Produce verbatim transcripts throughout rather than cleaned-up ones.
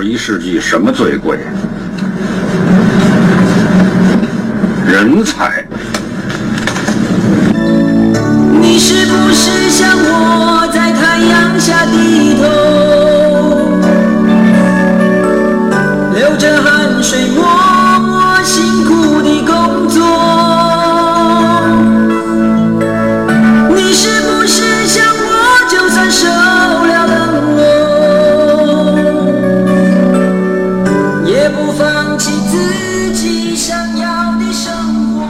十一世纪什么最贵？人才。 你是不是像我在太阳下低头，流着汗水默默辛苦地工作？你是不是像我就算受了冷落，也不放弃自己想要的生活？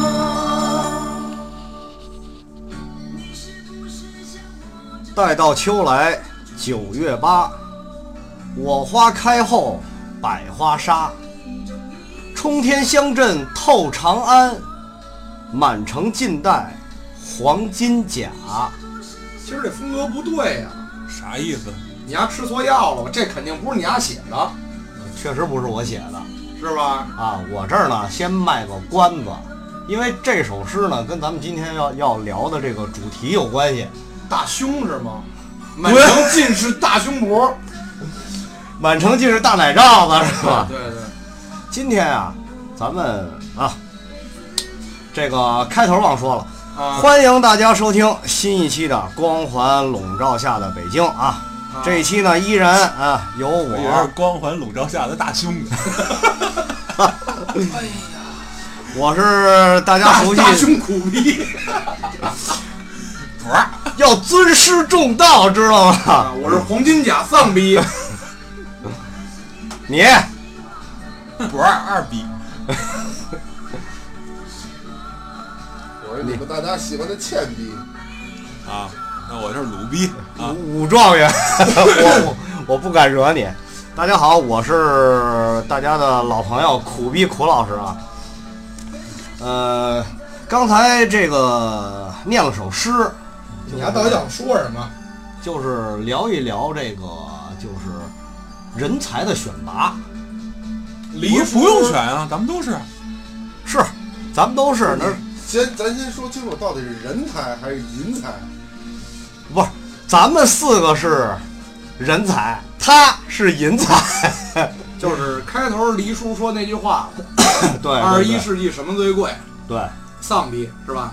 待到秋来九月八，我花开后百花杀，冲天香阵透长安，满城尽带黄金甲。 其实这风格不对呀、啊， 啥意思？ 你丫吃错药了吧？这肯定不是你丫写的， 确实不是我写的， 是吧？ 啊，我这儿呢先卖个关子，因为这首诗呢跟咱们今天要要聊的这个主题有关系。 大胸是吗？满城尽是大胸脯， 满城尽是大奶罩子是吧？ 对对。 今天啊，咱们啊，这个开头忘说了。啊、欢迎大家收听新一期的《光环笼罩下的北京》啊！啊这一期呢，依然啊由我， 也是光环笼罩下的大胸。 哎呀， 我是大家熟悉大胸苦逼， 不是要尊师重道，知道吗？ 啊、我是黄金甲丧逼， 你不是二逼。 我是你们大家喜欢的欠逼啊，那我是鲁逼啊， 武状元，我我不敢惹你。大家好，我是大家的老朋友苦逼苦老师啊。呃，刚才这个念了首诗， 你还到底想说什么？ 就是聊一聊这个，就是人才的选拔。 不不用选啊，咱们都是， 是，咱们都是那。 先，咱先说清楚，到底是人才还是银才？ 不是，咱们四个是人才，他是银才， 就是开头黎叔说那句话， 对， 二十一世纪什么最贵？ 对， 丧逼是吧？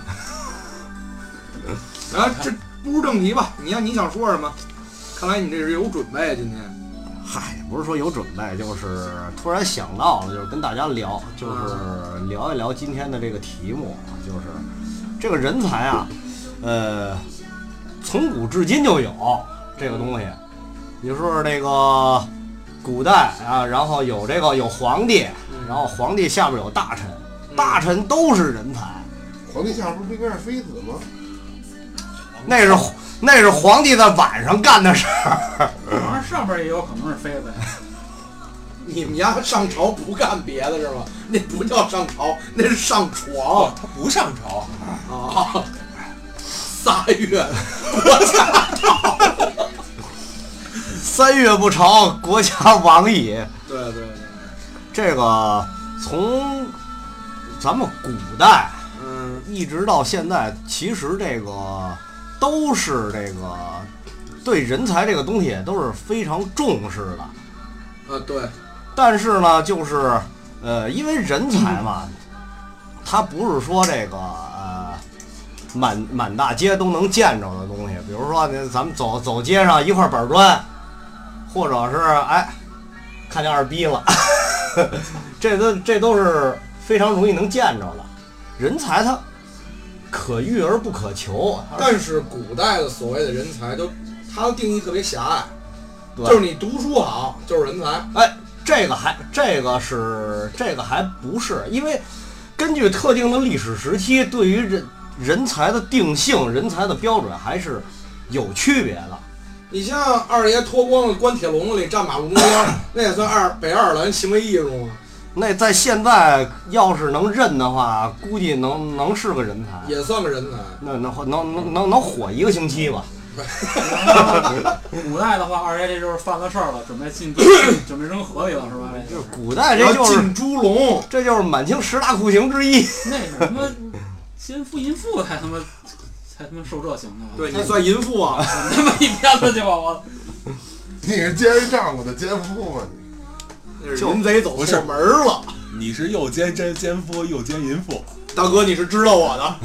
啊，这不入正题吧？你要你想说什么？看来你这是有准备，今天。 嗨，不是说有准备，就是突然想到了，就是跟大家聊，就是聊一聊今天的这个题目，就是这个人才啊，呃，从古至今就有这个东西。比如说这个古代啊，然后有这个有皇帝，然后皇帝下边有大臣，大臣都是人才。 皇帝下边不应该是妃子吗？ 那是那是皇帝在晚上干的事儿。 反正上边也有可能是妃子呀。 你们家上朝不干别的是吧？那不叫上朝，那是上床。 他不上朝啊。仨月，国家朝。 三月不朝，国家亡矣。 对对对， 这个从咱们古代， 嗯， 一直到现在，其实这个都是这个对人才这个东西都是非常重视的。 啊，对。 但是呢，就是呃，因为人才嘛，它不是说这个呃满满大街都能见着的东西。比如说，咱们走走街上一块板砖，或者是哎看见二逼了，这都这都是非常容易能见着的。人才他可遇而不可求。 但是古代的所谓的人才都，他的定义特别狭隘，就是你读书好就是人才。 哎。这个还这个是这个还不是，因为根据特定的历史时期，对于人人才的定性、人才的标准还是有区别的。 你像二爷脱光了关铁笼子里站马路中间，那也算二北爱尔兰行为艺术吗？ 那在现在要是能认的话，估计能能是个人才， 也算个人才。 那能能能能能火一个星期吧。 古代的话，二爷这就是犯了事儿了，准备进准备扔河里了，是吧？ 就是古代这就是进猪笼， 这就是满清十大酷刑之一。 那是什么奸夫淫妇才他妈才他妈受这刑的？ 对，你算淫妇啊？ 他妈一片子就把我。 你是奸人丈夫的奸夫吗？你那是淫贼走错门了。 你是又奸奸奸夫又奸淫妇， 大哥你是知道我的。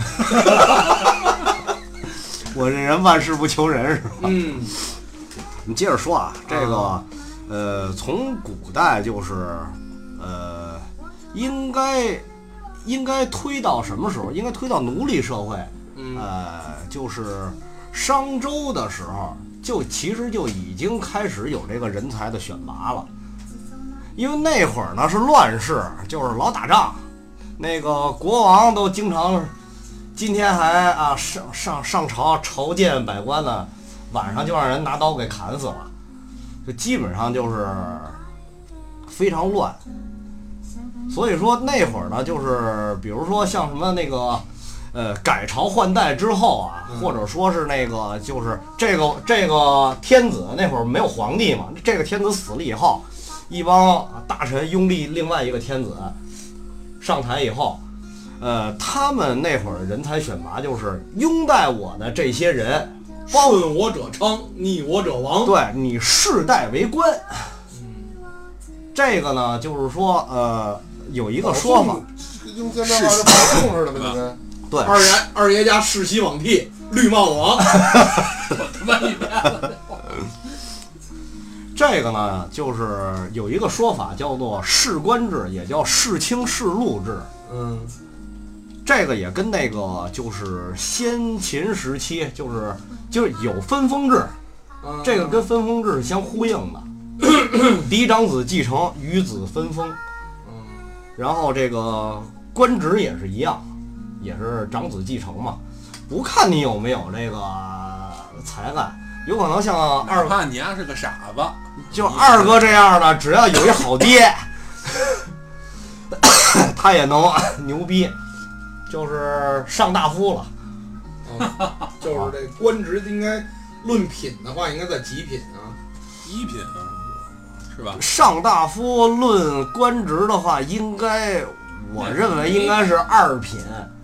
我这人万事不求人是吧？ 嗯， 你接着说啊，这个呃，从古代就是呃，应该应该推到什么时候？应该推到奴隶社会， 嗯、 呃，就是商周的时候，就其实就已经开始有这个人才的选拔了。因为那会儿呢是乱世，就是老打仗，那个国王都经常，今天还啊上上上朝朝见百官呢，晚上就让人拿刀给砍死了，就基本上就是非常乱。所以说那会儿呢，就是比如说像什么那个呃改朝换代之后啊，或者说是那个就是这个这个天子那会儿没有皇帝嘛，这个天子死了以后。一帮大臣拥立另外一个天子上台以后，呃，他们那会儿人才选拔就是拥戴我的这些人， 顺我者昌，逆我者亡。 对你世代为官。这个呢，就是说，呃，有一个说法， 用现在话是保送似的呗，对对， 二爷二爷家世袭罔替，绿帽子王。 我他妈一遍了。 这个呢，就是有一个说法叫做世官制，也叫世卿世禄制。 嗯， 这个也跟那个就是先秦时期，就是就是有分封制， 嗯、 这个跟分封制是相呼应的。嫡长子继承，余子分封。 嗯， 然后这个官职也是一样，也是长子继承嘛，不看你有没有这个才干。有可能像二怕你丫是个傻子， 就二哥这样的，只要有一好爹，他也能牛逼，就是上大夫了。 嗯、就是这官职应该论品的话，应该在几品啊？ 一品啊，是吧？ 上大夫论官职的话，应该我认为应该是二品。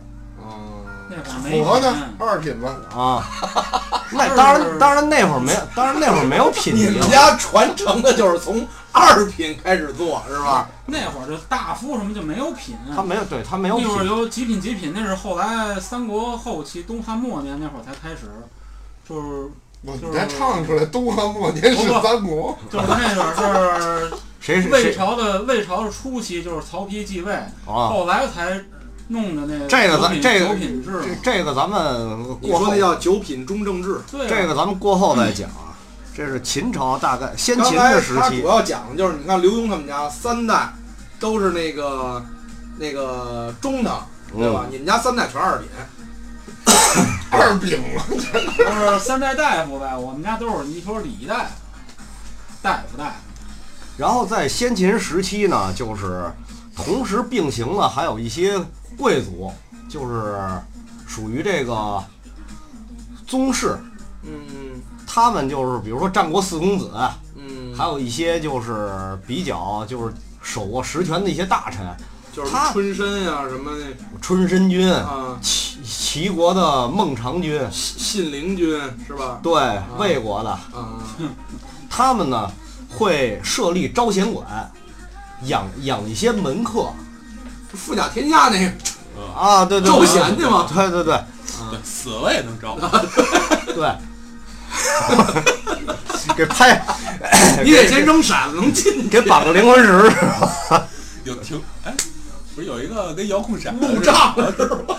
符合呢，二品吧。 啊，那当然，当然那会儿没有，当然那会儿没有品级。 你们家传承的就是从二品开始做，是吧？ 那会儿就大夫什么就没有品， 他没有，对他没有品。 那会儿有几品几品，那是后来三国后期东汉末年那会儿才开始，就是我你再唱出来，东汉末年是三国， 就是那会儿是谁是魏朝的魏朝的初期，就是曹丕继位， 啊、 后来才。弄的那个这个咱这个九品制， 这这个咱们你说那叫九品中正制， 对、啊， 这个咱们过后再讲啊。这是秦朝大概先秦的时期。 他主要讲的就是你看刘墉他们家三代都是那个那个中堂，对吧？嗯、你们家三代全二品， 二饼了， 都是三代大夫呗。我们家都是一说李大夫，大夫大夫。 然后在先秦时期呢，就是同时并行了还有一些贵族，就是属于这个宗室， 嗯， 他们就是比如说战国四公子， 嗯， 还有一些就是比较就是手握实权的一些大臣， 就是春申呀、啊、什么的， 春申君啊， 齐齐国的孟尝君， 信陵君是吧？ 对，啊、魏国的， 啊， 他们呢会设立招贤馆，养养一些门客， 富甲天下那个啊，对对， 招贤去嘛， 对对对， 啊、死了也能招， 对。给拍， 你得先扔骰子能进， 给绑个灵魂石是吧？ 有听哎，不是有一个跟遥控骰路障是吧？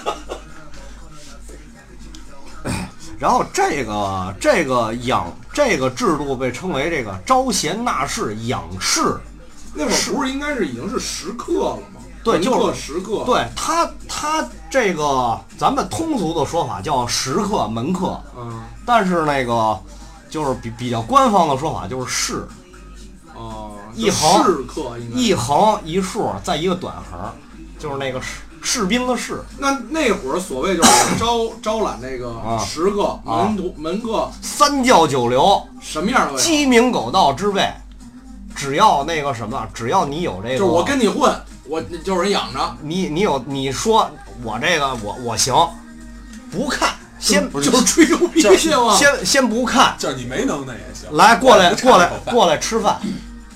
然后这个这个养这个制度被称为这个招贤纳士养士。 那会儿不是应该是已经是食客了吗？ 对，就是食客。 对他他这个咱们通俗的说法叫食客门客， 嗯， 但是那个就是比比较官方的说法就是士。 哦， 一横士客应该一横一竖再一个短横，就是那个士士兵的士。 那那会儿所谓就是招招揽那个食客、 啊、 门徒、门客， 三教九流， 什么样都有， 鸡鸣狗盗之辈。只要那个什么，只要你有这个， 就是我跟你混，我就是人养着你。你有你说我这个我我行，不看先就就是吹牛逼去吗？ 先先不看， 就是你没能耐也行。 来过来过来过来吃饭，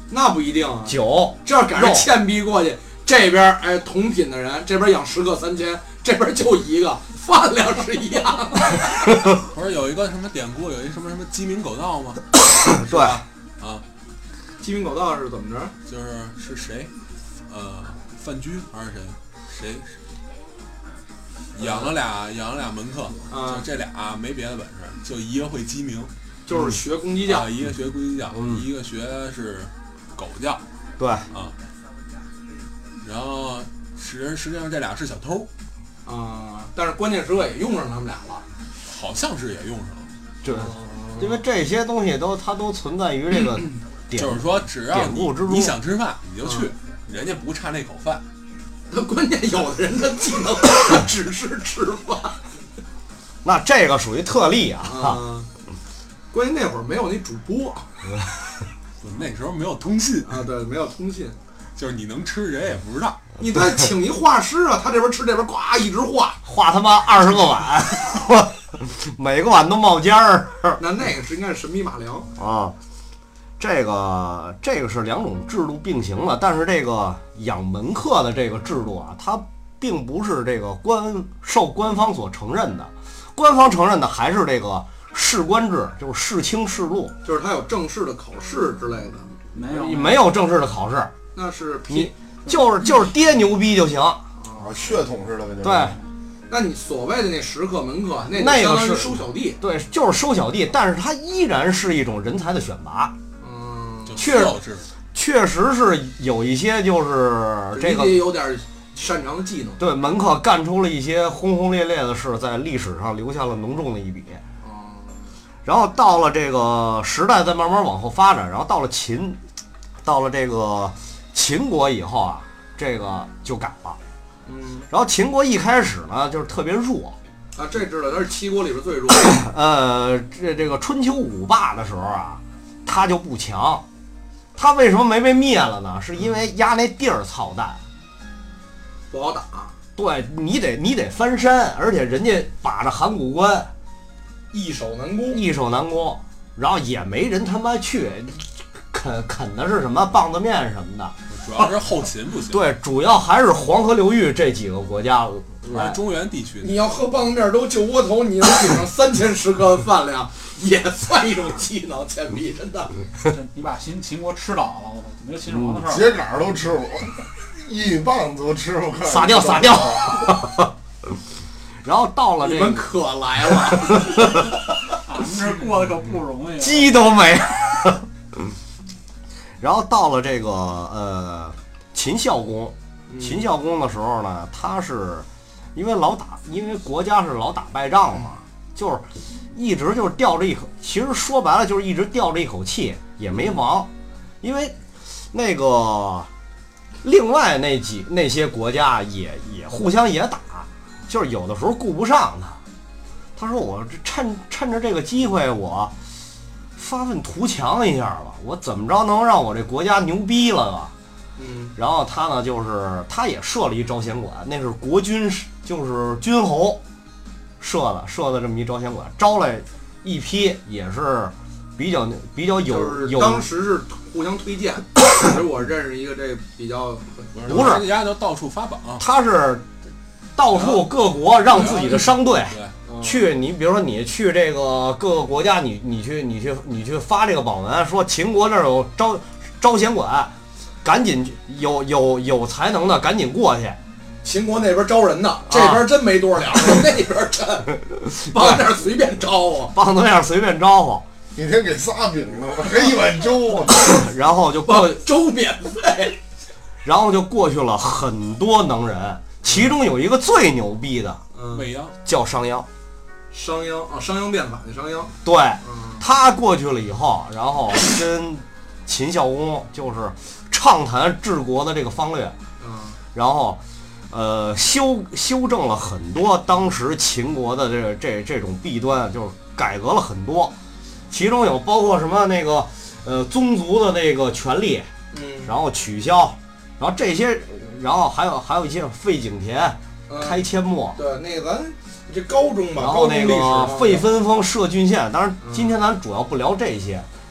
那不一定啊。 酒， 这要赶上欠逼过去，这边哎同品的人，这边养十个三千，这边就一个，饭量是一样的。 不是有一个什么典故，有一什么什么鸡鸣狗盗吗？ 对啊， 鸡鸣狗盗是怎么着？ 就是是谁？呃，范雎还是谁？谁？养了俩养了俩门客， 啊就这俩没别的本事，就一个会鸡鸣， 就是学公鸡叫， 啊，一个学公鸡叫， 嗯一个学是狗叫对， 啊。然后实实际上这俩是小偷， 啊，但是关键时刻也用上他们俩了。 好像是也用上了。 这因为这些东西都它都存在于这个典， 就是说，只要你典故之中你想吃饭，你就去，人家不差那口饭。 他关键有的人的技能只是吃饭那这个属于特例啊。 啊。关键那会儿没有那主播那时候没有通信， 啊，对，没有通信。 就是你能吃，人也不知道。 你再请一画师啊，他这边吃这边呱一直画， 画他妈二十个碗，每个碗都冒尖儿那那个是应该是神笔马良啊。这个这个是两种制度并行的，但是这个养门客的这个制度啊，它并不是这个官受官方所承认的，官方承认的还是这个士官制，就是士卿士禄， 就是他有正式的考试之类的， 没有没有正式的考试， 那是你批。 就是就是爹牛逼就行。 啊，血统似的， 对， 那你所谓的那食客门客，那那个就相当于是收小弟。 对，就是收小弟，但是它依然是一种人才的选拔。 嗯， 就确素质确实是有一些就是这你个得有点擅长的技能。 对门客干出了一些轰轰烈烈的事，在历史上留下了浓重的一笔。 嗯， 然后到了这个时代再慢慢往后发展，然后到了秦，到了这个秦国以后啊，这个就改了。 嗯然后秦国一开始呢，就是特别弱， 啊，这知道，他是七国里边最弱的。 呃，这这个春秋五霸的时候啊，他就不强。他为什么没被灭了呢？是因为压那地儿操蛋。 不好打。 对你得你得翻山，而且人家把着函谷关易守难攻。 易守难攻，然后也没人他妈去啃啃的是什么棒子面什么的。 主要是后勤不行。 对，主要还是黄河流域这几个国家来。 还是中原地区的。 你要喝棒子面都就窝头，你能顶上三千食客的饭量，也算一种技能，倩碧真的。 你把秦秦国吃倒了，我操，没有秦始皇的事儿。 秸秆都吃过，一棒子都吃过， 撒掉撒掉。然后到了你这个们可来了， 俺们这过得可不容易。 鸡都没。然后到了这个呃秦孝公，秦孝公的时候呢，他是因为老打，因为国家是老打败仗嘛，就是一直就是吊着一口，其实说白了就是一直吊着一口气，也没亡。因为那个另外那几那些国家也也互相也打，就是有的时候顾不上他。他说我这趁趁着这个机会，我发愤图强一下吧，我怎么着能让我这国家牛逼了吧？ 嗯， 然后他呢，就是他也设了一招贤馆，那是国君，就是君侯设的设的这么一招贤馆，招来一批也是比较比较有就是有， 当时是互相推荐。其实我认识一个这比较， 不是人家就到处发榜。 他是到处各国让自己的商队对， 嗯去，你比如说你去这个各个国家，你你去你去你去发这个榜文，说秦国这儿有招招贤馆，赶紧有有有才能的赶紧过去。 秦国那边招人呢，这边真没多少粮食，那边真往那儿随便招呼， 棒子面随便招呼， 一天给仨饼呢，还一碗粥啊！ 然后就过， 粥免费。 然后就过去了很多能人，其中有一个最牛逼的嗯， 未央叫商鞅。 商鞅啊，商鞅变法那商鞅， 对， 嗯， 他过去了以后，然后跟秦孝公就是畅谈治国的这个方略， 嗯， 然后呃修修正了很多当时秦国的这这这种弊端，就是改革了很多，其中有包括什么那个呃宗族的那个权利， 嗯， 然后取消，然后这些，然后还有还有一些废井田、 嗯开阡陌。 对，那个咱你这高中吧， 然后那高中历史个嘛废分封设郡县，当然嗯今天咱主要不聊这些，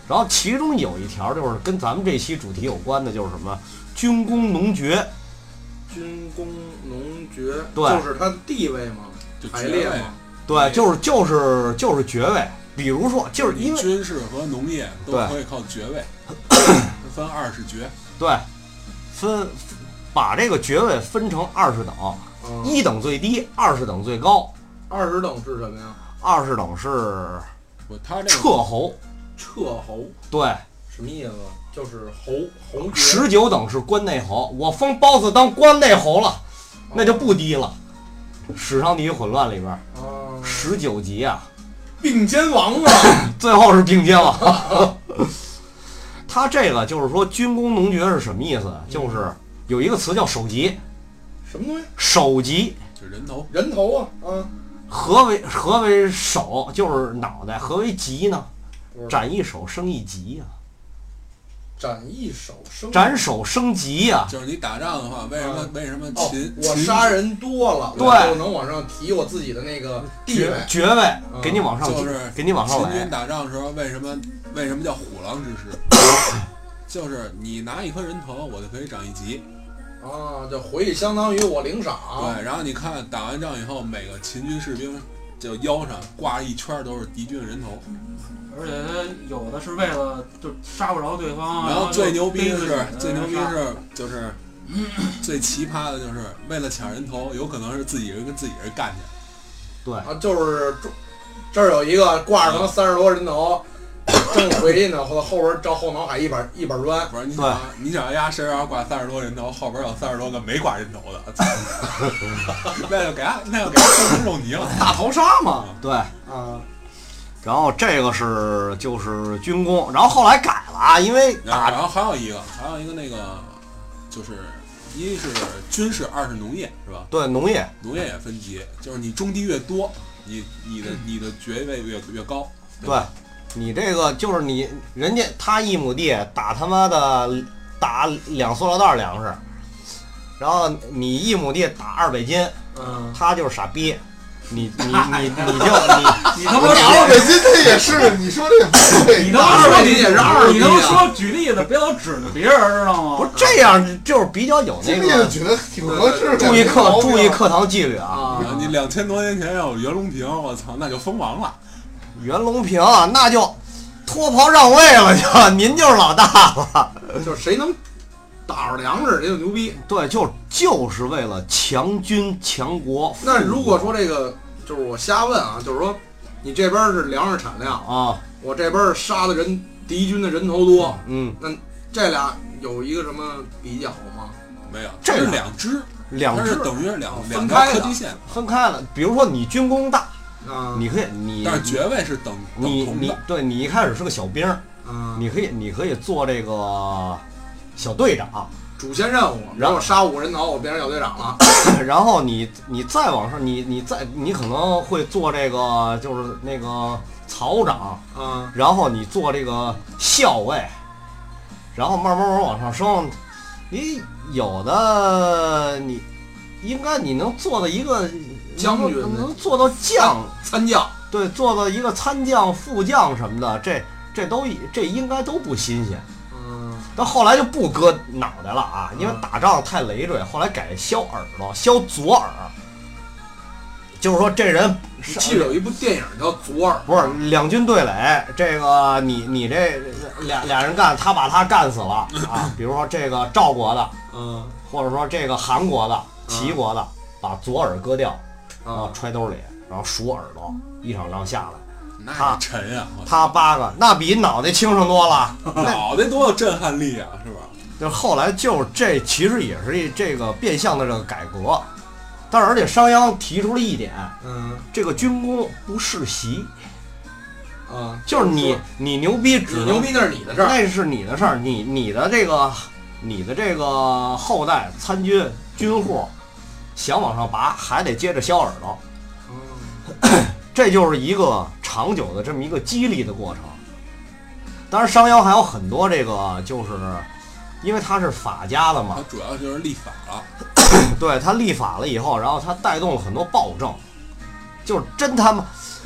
然后其中有一条就是跟咱们这期主题有关的，就是什么军功农爵。 军功农爵， 对， 就是他的地位嘛，排列嘛。 对，就是就是就是爵位。比如说，就是因为军事和农业都可以靠爵位，分二十爵。 对，分把这个爵位分成二十等， 嗯、 一等最低，二十等最高。 二十等是什么呀？ 二十等是他这个彻侯。 彻侯。 对。 什么意思？就是侯侯爵。 十九等是关内侯，我封包子当关内侯了，那就不低了。史上第一混乱里边，十九级啊， 并肩王啊， 最后是并肩王。他这个就是说军功农爵是什么意思？就是有一个词叫首级。 什么东西？ 首级就人头。 人头啊，啊。 何为何为首？就是脑袋。何为级呢？斩一手生一级呀、啊。 斩一手升斩首升级呀、啊， 就是你打仗的话，为什么、嗯、为什么秦、 哦、我杀人多了， 对， 我就能往上提我自己的那个地位爵位，嗯、给你往上， 就是给你往上来。 秦军打仗的时候，为什么为什么叫虎狼之师？就是你拿一颗人头，我就可以涨一级。 啊，就回去相当于我领赏。 对，然后你看打完仗以后，每个秦军士兵就腰上挂一圈都是敌军的人头。 而且他有的是为了就杀不着对方， 然后最牛逼的是，最牛逼是就是、嗯、最奇葩的就是为了抢人头，有可能是自己人跟自己人干去。 对啊，就是这儿有一个挂着他三十多人头，正回去呢，后后边照后脑海一板一板砖。 不是你想，你想压身上挂三十多人头，后边有三十多个没挂人头的，那就给他那就给他做成肉泥了， 大逃杀嘛。 对，啊。然后这个是就是军功，然后后来改了啊，因为打， 然后还有一个还有一个那个就是一是军事，二是农业，是吧？ 对，农业， 农业也分级，就是你种地越多，你你的你的爵位越越高。 对，对你这个就是你人家他一亩地打他妈的打两塑料袋粮食，然后你一亩地打二百斤， 嗯， 他就是傻逼。你你你你就你你他妈二百斤这也是，你说这也不对， 你他妈说你也是二，你能说举例子，别老指着别人，知道吗？ 不是这样，就是比较有那个， 觉得挺合适。 注意课，注意课堂纪律啊！ 你两千多年前要有袁隆平，我操，那就封王了。 袁隆平啊，那就脱袍让位了，就您就是老大了， 就是谁能打着粮食，谁就牛逼。 对，就就是为了强军强国。 那如果说这个，就是我瞎问啊，就是说，你这边是粮食产量啊， 我这边杀的人敌军的人头多， 嗯， 那这俩有一个什么比较吗？ 没有，这是两支， 两支等于两分开的，线分开了。比如说你军功大， 啊， 你可以你， 但是爵位是等你你对你一开始是个小兵， 嗯， 你可以你可以做这个小队长。 主线任务，然后杀五个人头，我变成小队长了。 然后你你再往上，你你再你可能会做这个就是那个曹长， 嗯， 然后你做这个校尉，然后慢慢慢慢往上升。你有的你应该你能做到一个将军， 能做到将参将， 对，做到一个参将、副将什么的，这这都这应该都不新鲜。但后来就不割脑袋了啊，因为打仗太累赘，后来改削耳朵，削左耳。就是说这人， 记得有一部电影叫《左耳》， 不是两军对垒，这个你你这俩俩人干，他把他干死了啊。比如说这个赵国的， 嗯， 或者说这个韩国的、齐国的，把左耳割掉，然后揣兜里，然后数耳朵，一场仗下来。 那沉啊！ 他八个，那比脑袋轻省多了。 脑袋多有震撼力啊，是吧？ 就后来就是这，其实也是一这个变相的这个改革。但是而且商鞅提出了一点， 嗯， 这个军功不世袭， 啊， 就是你你牛逼只牛逼那是你的事儿， 那是你的事儿，你你的这个你的这个后代参军军户想往上拔，还得接着削耳朵。嗯这就是一个长久的这么一个激励的过程。当然，商鞅还有很多这个，就是因为他是法家的嘛， 他主要就是立法了。 对他立法了以后，然后他带动了很多暴政，就是真他妈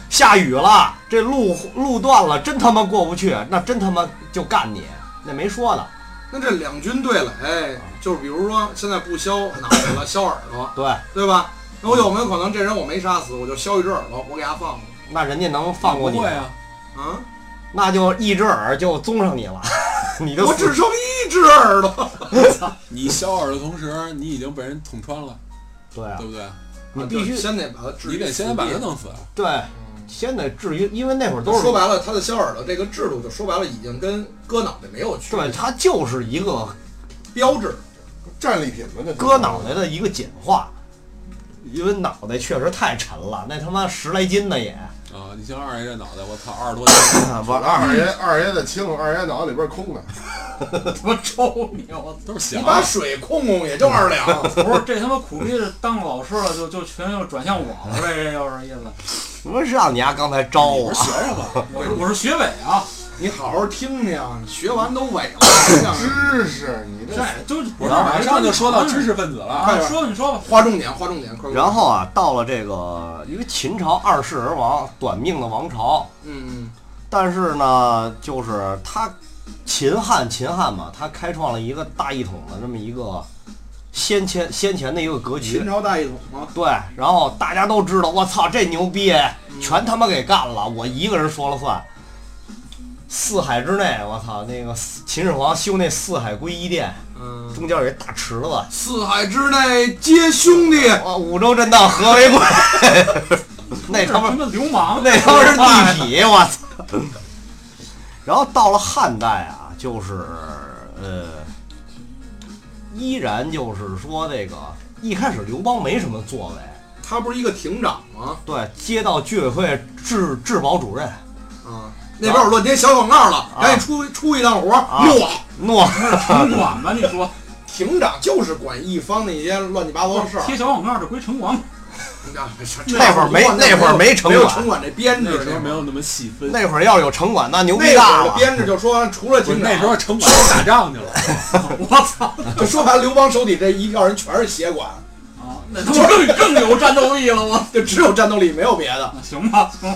下雨了，这路路断了，真他妈过不去，那真他妈就干你，那没说的。 那这两军对垒，就是比如说现在不削脑袋了，削耳朵， 对对吧？那我有没有可能这人我没杀死，我就削一只耳朵，我给他放了？ 那人家能放过你吗？ 不会啊， 啊， 那就一只耳就宗上你了，你就我只剩一只耳朵。 你削耳的同时，你已经被人捅穿了， 对啊对，不对？ 你必须先得把他治愈， 你得先把他弄死。 对，先得至于，因为那会儿都是说白了，他的削耳朵这个制度，就说白了已经跟割脑袋没有区别， 对，它就是一个标志。 战利品嘛，这割脑袋的一个简化，因为脑袋确实太沉了，那他妈十来斤的也。 啊，你像二爷这脑袋，我操，二十多斤。 不，二爷二爷的轻，二爷脑子里边空的。 我抽你！我都是小。 你把水控控也就二两。 不是这他妈苦逼的当老师了，就就全又转向我了，这这又是意思。 什么让你丫刚才招我？ 我是学生吧？ 我是我是学伟啊， 你好好听听啊，你学完都萎了。 知识，你这这就不是马上就说到知识分子了。 啊，说吧你说吧。 划重点，划重点。快然后啊，到了这个，因为秦朝二世而亡，短命的王朝。 嗯， 但是呢，就是他秦汉秦汉嘛，他开创了一个大一统的这么一个先前先前的一个格局秦。朝大一统嘛。 对，然后大家都知道，我操，这牛逼，全他妈给干了，我一个人说了算。四海之内，我操，那个秦始皇修那四海归一殿， 嗯， 中间有一大池子， 四海之内皆兄弟。 哇，五洲震荡和为贵，那他妈什么流氓， 那他妈是地痞，我操。然后到了汉代啊，就是呃，依然就是说这个一开始刘邦没什么作为， 他不是一个亭长吗？ 对，接到居委会治治保主任。 啊，那边有乱贴小广告了，赶紧出出一趟活，诺诺城管吧？你说亭长就是管一方那些乱七八糟的事儿。 贴小广告这归城管。 那会儿没那会儿没城管， 没有城管这编制， 那时候没有那么细分。 那会儿要是有城管，那牛逼那大了。 会儿的编制就说，除了亭长， 那时候城管都打仗去了。 我操！ 就说白了，刘邦手底这一票人全是协管， 啊，那他妈更更有战斗力了吗？ 就只有战斗力，没有别的。 行吧，行。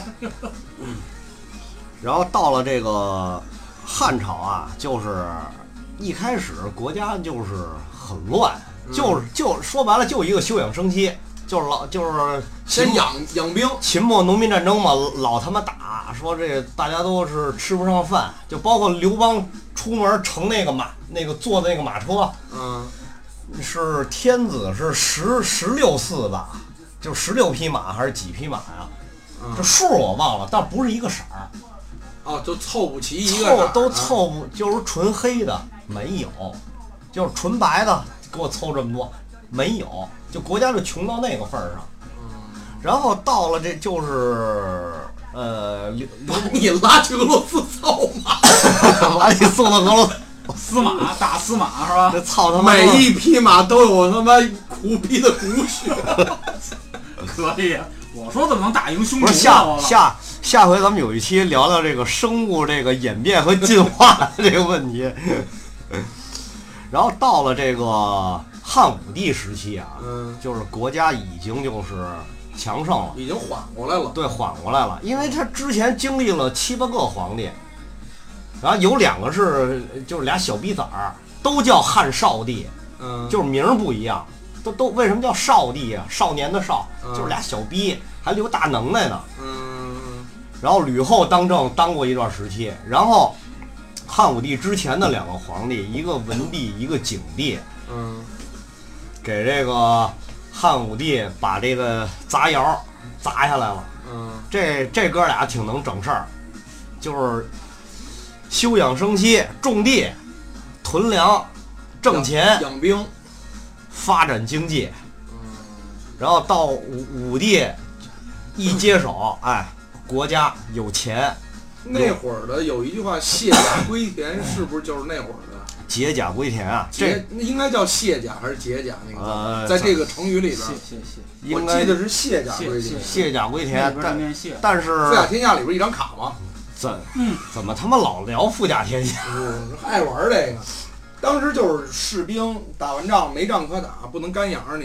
然后到了这个汉朝啊，就是一开始国家就是很乱，就是就说白了就一个休养生息，就是老就是先养养兵， 秦末农民战争嘛，老他妈打，说这大家都是吃不上饭，就包括刘邦出门乘那个马，那个坐的那个马车， 嗯， 是天子是十十六四吧，就十六匹马还是几匹马呀？ 嗯这数我忘了，但不是一个色儿。 哦，就凑不齐一个凑色儿都凑不，就是纯黑的没有，就是纯白的给我凑这么多没有，就国家就穷到那个份儿上。然后到了这就是呃， 把你拉去俄罗斯操马， 把你送到俄罗斯， 司马大司马是吧？ 这操他妈！ 每一匹马都有他妈苦逼的骨血。 可以，我说怎么能打赢匈奴呢？ 不是下我操下下回咱们有一期聊聊这个生物这个演变和进化这个问题。然后到了这个汉武帝时期啊， 嗯， 就是国家已经就是强盛了， 已经缓过来了。 对，缓过来了，因为他之前经历了七八个皇帝，然后有两个是就是俩小逼崽儿，都叫汉少帝， 嗯， 就是名儿不一样，都都为什么叫少帝啊？少年的少， 嗯就是俩小逼，还留大能耐呢。 嗯， 然后吕后当政当过一段时期，然后汉武帝之前的两个皇帝，一个文帝，一个景帝， 嗯， 给这个汉武帝把这个杂窑砸下来了。 嗯， 这这哥俩挺能整事儿，就是休养生息、种地、囤粮、挣钱、 养兵， 发展经济。然后到武武帝一接手，哎，国家有钱， 那会儿的有一句话“卸甲归田”，是不是就是那会儿的？ 解甲归田啊，这解那应该叫卸甲还是解甲？那个字呃在这个成语里边， 谢谢谢， 我应该记得是卸甲归田。 卸甲归那田， 边但面谢。 但是富甲天下里边一张卡嘛， 怎嗯怎么他妈老聊富甲天下？ 嗯，爱玩这个。当时就是士兵打完仗没仗可打，不能干养着你，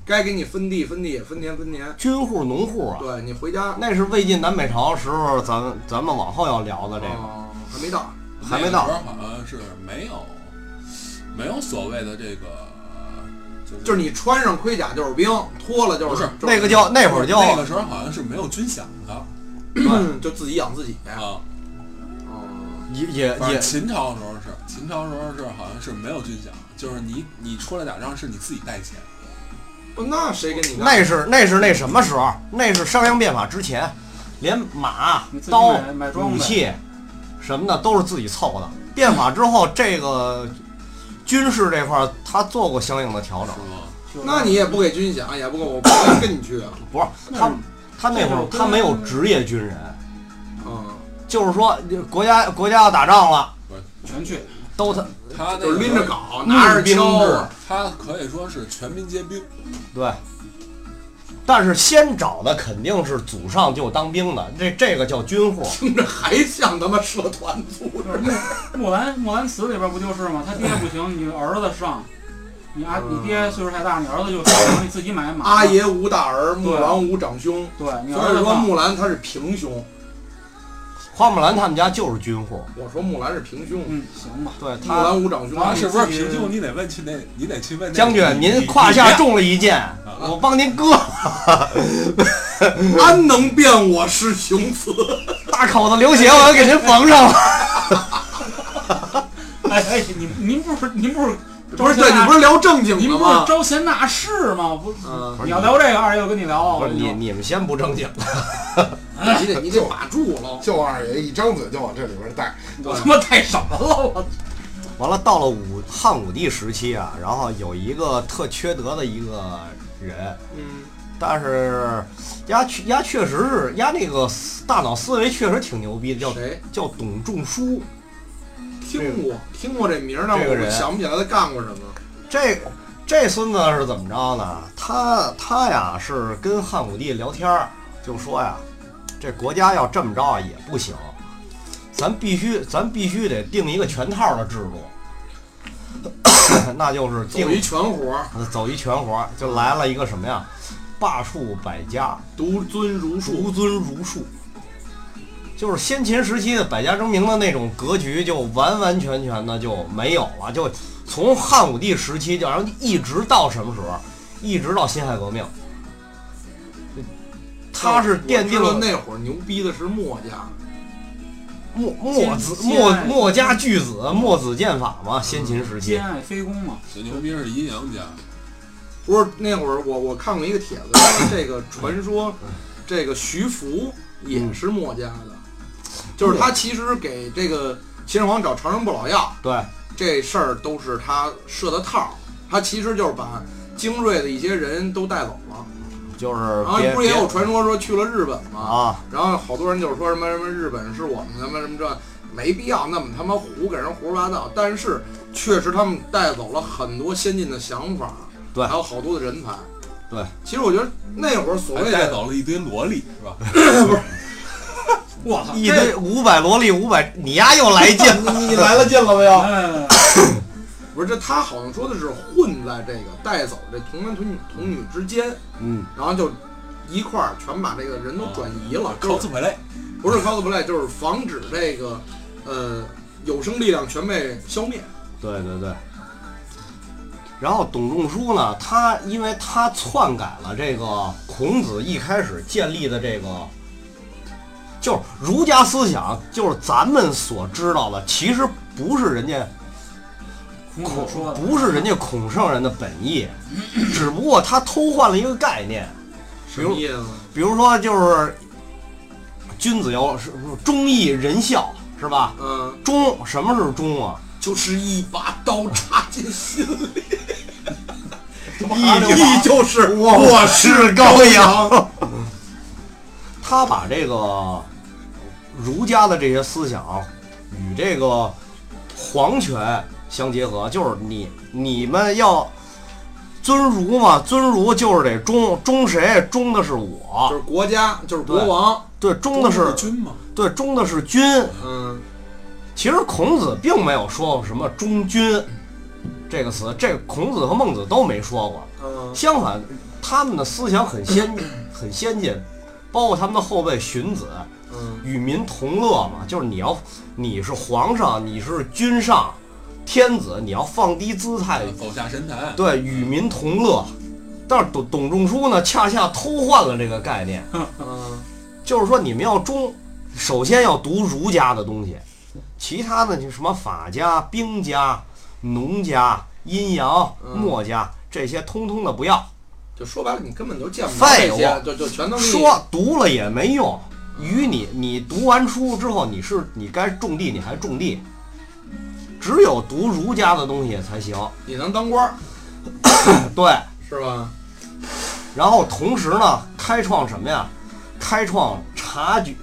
该给你分地分地分田分田。 军户农户啊， 对你回家那是魏晋南北朝时候，咱咱们往后要聊的这个、 哦、还没到， 还没到。 那个时候好像是没有没有所谓的这个，就是就是你穿上盔甲就是兵，脱了就是不是那个叫那会儿叫那个时候好像是没有军饷的， 嗯，就自己养自己啊。 也也也， 秦朝的时候是，秦朝的时候是好像是没有军饷，就是你你出来打仗是你自己带钱。 那谁给你干？ 那是那是那什么时候？那是商鞅变法之前，连马、刀、武器什么的都是自己凑的。变法之后，这个军事这块他做过相应的调整。 那你也不给军饷，也不给我，不能跟你去啊？ 不是他他那会儿他没有职业军人。 嗯。 就是说，国家国家要打仗了， 全去， 都他他就是拎着镐，拿着枪， 他可以说是全民皆兵。 对，但是先找的肯定是祖上就当兵的，这这个叫军户。 听着还像他妈社团组织。 木兰木兰辞里边不就是吗？他爹不行，你儿子上。你阿你爹岁数太大，你儿子就上，你自己买马。 阿爷无大儿，木王无长兄。 对， 所以说木兰他是平兄。 花木兰他们家就是军户。 我说木兰是平兄。 嗯，行吧。 对， 木兰无长兄。 他是不是平兄？你得问去那，你得去问将军，您胯下中了一箭，我帮您割。 安能辨我是雄雌？ 大口子流血，我要给您缝上了。 哎哎，您您不是您不是。 不是，对你不是聊正经的吗？ 您不是招贤纳士吗？不，嗯、你要聊这个，二爷我跟你聊。 不是你你们先不正经。 你得你得把住了。 就二爷一张嘴就往这里边带， 我他妈带什么了我？ 完了，到了武汉武帝时期啊，然后有一个特缺德的一个人， 嗯， 但是丫确丫确实是丫那个大脑思维确实挺牛逼的，叫谁？ 叫董仲舒。 听过听过这名儿，但我想不起来他干过什么。 这这孙子是怎么着呢？他他呀是跟汉武帝聊天，就说呀，这国家要这么着啊也不行，咱必须咱必须得定一个全套的制度，那就是定走一全活， 走一全活，就来了一个什么呀？罢黜百家， 独尊儒术， 独尊儒术。就是先秦时期的百家争鸣的那种格局，就完完全全的就没有了。就从汉武帝时期，就然后一直到什么时候？一直到辛亥革命，他是奠定了那会儿牛逼的是墨家， 墨墨子墨墨家巨子，墨子剑法嘛。先秦时期， 兼爱非攻嘛。 最牛逼是阴阳家。 不是那会儿我我看过一个帖子，说这个传说，这个徐福也是墨家的。就是他其实给这个秦始皇找长生不老药， 对这事儿都是他设的套，他其实就是把精锐的一些人都带走了， 就是然后不是也有传说说去了日本吗？ 啊， 然后好多人就是说什么什么日本是我们他妈什么这没必要那么他妈胡给人胡说八道，但是确实他们带走了很多先进的想法， 对， 还有好多的人才， 对。 其实我觉得那会儿所谓的带走了一堆萝莉，是吧？ 不是。 我操！一堆五百萝莉，五百，你丫又来劲， 你你来了劲了没有？ 哎、 不是，这他好像说的是混在这个带走这童男童女童女之间， 嗯， 然后就一块儿全把这个人都转移了。 cosplay 不是 cosplay， 就是防止这个呃有生力量全被消灭。 对对对。然后董仲舒呢，他因为他篡改了这个孔子一开始建立的这个。就是儒家思想，就是咱们所知道的，其实不是人家孔说的， 不是人家孔圣人的本意，只不过他偷换了一个概念。 什么意思？ 比如说，就是君子有忠义仁孝，是吧？ 嗯。 忠，什么是忠啊？ 就是一把刀插进心里。 义义就是我是羔羊。他把这个儒家的这些思想与这个皇权相结合，就是你你们要尊儒嘛，尊儒就是得忠，忠谁？忠的是我， 就是国家，就是国王。 对，忠的是君嘛。 对，忠的是君。 嗯， 其实孔子并没有说过什么忠君这个词，这孔子和孟子都没说过。 嗯， 相反， 他们的思想很先很先进，包括他们的后辈荀子， 嗯， 与民同乐嘛，就是你要你是皇上，你是君上，天子，你要放低姿态， 走下神坛， 对，与民同乐。但是董董仲舒呢，恰恰偷换了这个概念， 嗯， 就是说你们要忠，首先要读儒家的东西，其他的就什么法家、兵家、农家、阴阳、墨家这些，通通的不要。 就说白了，你根本就见不着废这些， 话， 就就全都说读了也没用。与你你读完书之后，你是你该种地，你还种地，只有读儒家的东西才行。 你能当官儿， 对， 是吧？ 然后同时呢，开创什么呀？开创察举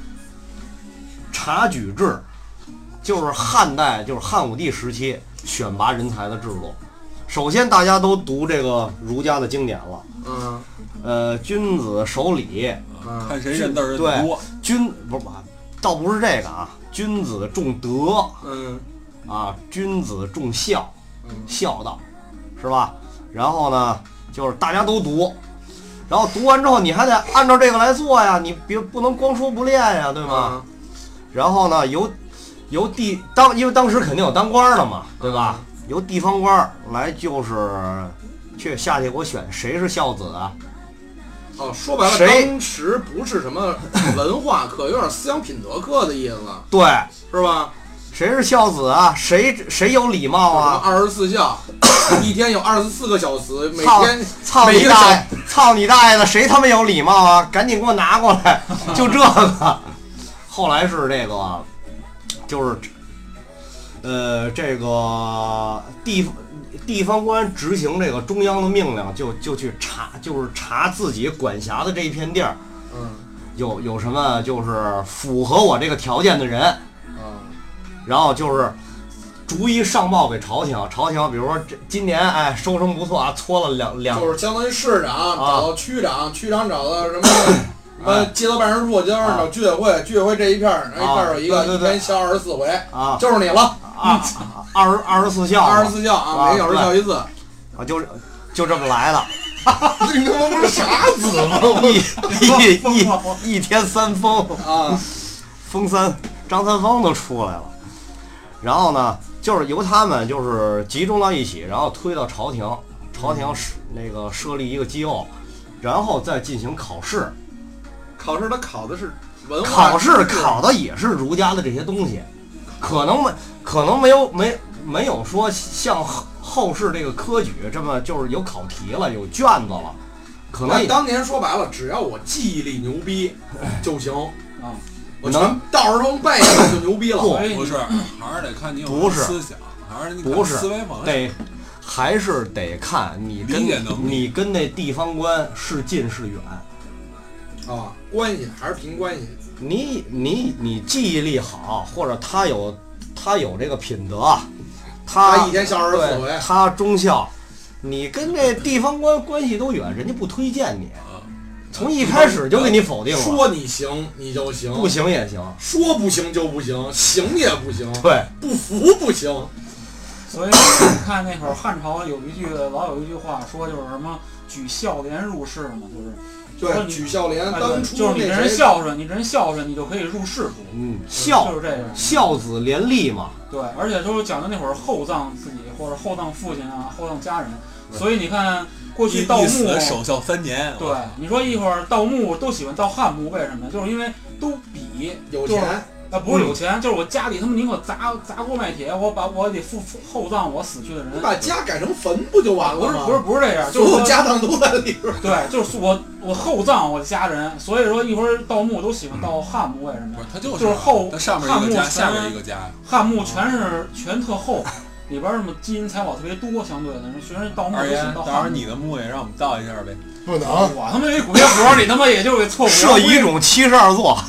察举制，就是汉代，就是汉武帝时期选拔人才的制度。首先，大家都读这个儒家的经典了。 嗯， 呃，君子守礼， 嗯， 看谁认字儿对多。 君不是，倒不是这个啊，君子重德， 嗯， 啊，君子重孝， 嗯， 孝道，是吧？然后呢，就是大家都读，然后读完之后，你还得按照这个来做呀，你别不能光说不练呀，对吗？ 嗯， 然后呢，由由地当，因为当时肯定有当官的嘛，对吧？由地方官来就是去下去给我选谁是孝子啊？ 哦，说白了， 谁当时不是什么文化课，有点思想品德课的意思， 对， 是吧？ 谁是孝子啊？谁谁有礼貌啊？ 二十四孝，一天有二十四个小时，每操天操每一个小你大爷！操你大爷的！谁他妈有礼貌啊？赶紧给我拿过来！就这个。后来是这个，就是，呃，这个地地方官执行这个中央的命令，就就去查，就是查自己管辖的这一片地儿， 嗯有有什么就是符合我这个条件的人， 啊， 然后就是逐一上报给朝廷。朝廷比如说这今年哎收成不错啊，搓了两两， 就是相当于市长啊找到区长，区长找到什么什么街道办事处，街道办事处找居委会，居委会这一片儿，然后一片儿有一个啊对对对一天孝二十四回， 啊， 就是你了， 二二十二十四孝， 二十四孝啊，每个小时孝一次， 啊，就就这么来的。 你他妈不是傻子吗？ 一一一一天三封啊， 封三张三丰都出来了。然后呢，就是由他们就是集中到一起，然后推到朝廷，朝廷是那个设立一个机构，然后再进行考试。 考试他考的是文化， 考试考的也是儒家的这些东西，可能没可能没有没没有说像后后世这个科举这么就是有考题了，有卷子了，可能那当年说白了，只要我记忆力牛逼就行啊， 我全道儿都背下来就牛逼了。 不不是，还是得看你有不是思想，还是你不是思维方向。 得还是得看你跟理解能力你跟那地方官是近是远。 啊，关系还是凭关系。 你你你记忆力好，或者他有他有这个品德，他他一天孝二十四回对，他忠孝，你跟这地方官关系都远，人家不推荐你，从一开始就给你否定了。 说你行你就行， 不行也行， 说不行就不行，行也不行， 对， 不服不行。 所以你看那会儿汉朝有一句老有一句话说就是什么举孝廉入仕嘛，就是。 对，举孝廉， 哎当初就是你这那谁人孝顺，你这人孝顺，你就可以入仕途。 嗯，孝就是这样。 孝子廉吏嘛。 对，而且就是讲究那会儿厚葬自己或者厚葬父亲啊，厚葬家人。所以你看过去盗墓， 一死守孝三年。 对，你说一会儿盗墓都喜欢盗汉墓，为什么？就是因为都比有钱。 啊，不是有钱，嗯、就是我家里他妈宁可砸砸锅卖铁，我把我得付厚葬我死去的人。 你把家改成坟不就完了吗？ 不是不是不是这样，就是所有家当都在里边。 对，就是我我厚葬我的家人，所以说一会儿盗墓都喜欢盗汉墓，为什么？ 不是，他就是就是后他上面一个家，下面一个家， 汉墓全是全特厚。里边什么金银财宝特别多，相对的，学生盗墓都喜欢盗汉墓。 到时候你的墓也让我们盗一下呗。 不能， 我他妈一古学活，你他妈也就给错误。 设遗种七十二座。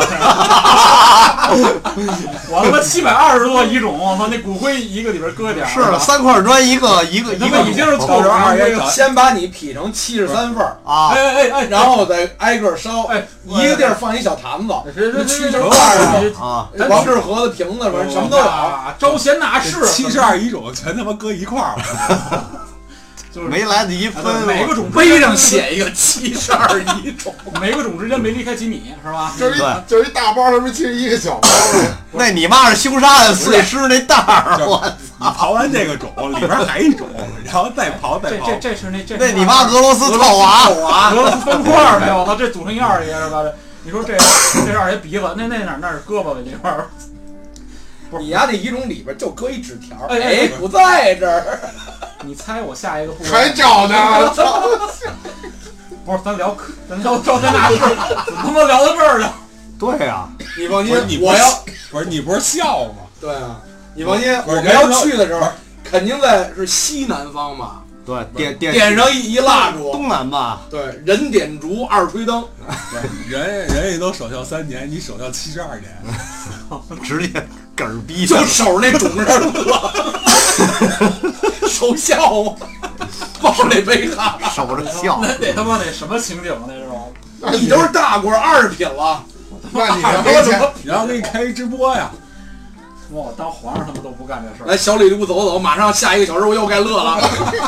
我他妈七百二十多遗种，我操，那骨灰一个里边搁点。 是的，三块砖一个一个一个。 已经是错误二爷先把你劈成七十三份啊！ 哎哎哎， 然后再挨个烧。 哎， 一个地儿放一小坛子， 这去成二十啊， 王致和的瓶子，反正什么都有。 招贤纳士， 七十二遗种全他妈搁一块儿了。 就是没来得及啊对分， 每个种之碑上写一个七十二一种， 每个种之间没离开几米，是吧？ 就是一对就是一大包，上面切一个小包的。 那你妈是凶杀案碎尸那袋儿， 就是我你刨完这个种，里边还一种，然后再刨再这这刨。 这是那这那你妈俄罗斯套娃， 俄罗斯方块儿呗，我操，这组成一二爷是吧？这你说这这是二爷鼻子，那那哪那是胳膊呗这块儿。 你丫那一种里边就搁一纸条， 哎哎哎，不在这儿。 你猜我下一个部位？ 还找呢？操！ 不是，咱聊咱聊赵天大事，怎么他妈聊到这儿去？ 对呀， 你放心不是你，不是我要不是你不是笑吗？ 对啊，你放心， 不是我们要人家去的时候不是， 肯定在是西南方吧， 对，点点点上一一蜡烛， 东南吧， 对，人点烛，二吹灯， 人家人家都守孝三年，你守孝七十二年， 直接嗝儿逼就手那种上乐，守孝嘛，抱这杯哈， 守着笑。 那得他妈得什么情景那是吧？ 你都是大官二品了， 那你还没钱？ 然后给你开一直播呀。 我当皇上他们都不干这事儿。 来小礼物走走，马上下一个小时我又该乐了。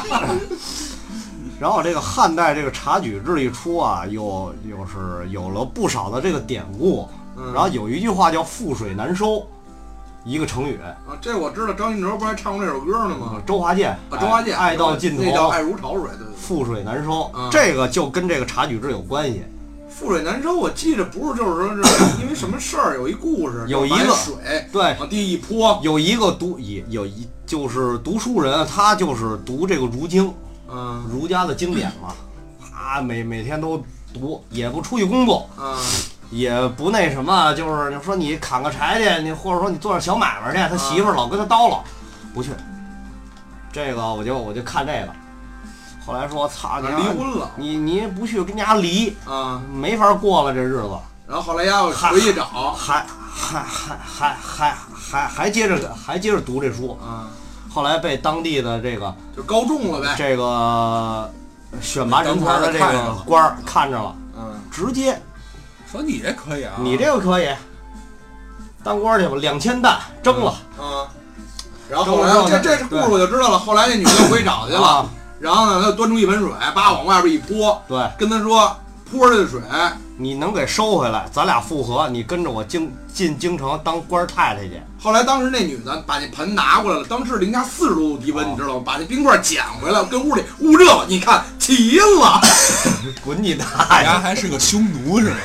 然后这个汉代这个察举制一出啊，又又是有了不少的这个典故。 嗯然后有一句话叫覆水难收，一个成语。 啊，这我知道，张信哲不还唱过那首歌呢吗？ 周华健啊，周华健， 爱到尽那叫头， 爱如潮水，对对。 覆水难收。 嗯这个就跟这个察举制有关系。 覆水难收，我记着不是就是说是因为什么事儿，有一故事， 有一个就把水对， 往地一泼， 有一个读也有一就是读书人，他就是读这个儒经， 嗯儒家的经典嘛，啊，每每天都读，也不出去工作， 嗯也不那什么，就是你说你砍个柴去，你或者说你做点小买卖去，他媳妇儿老跟他叨唠，不去。这个我就我就看这个，后来说操你离丫婚了你你不去跟家离， 啊， 没法过了这日子， 然后后来丫又回去找， 还还还还还还还接着还接着读这书， 啊， 后来被当地的这个就高中了呗， 这个选拔人才的这个官儿看着了， 嗯， 直接说你这可以啊， 你这个可以当官去吧，两千担征了。 啊，然后后来这这这故事我就知道了，后来那女的回去找去了， 啊， 然后呢，他就端出一盆水，叭往外边一泼， 对， 跟他说泼出去的水， 你能给收回来，咱俩复合，你跟着我京进京城当官太太去。 后来当时那女的把那盆拿过来了，当时零下四十多度低温， 哦你知道吗？把那冰块捡回来，跟屋里捂热了，你看起阴了。 滚你大大家爷！ 还是个匈奴是吧？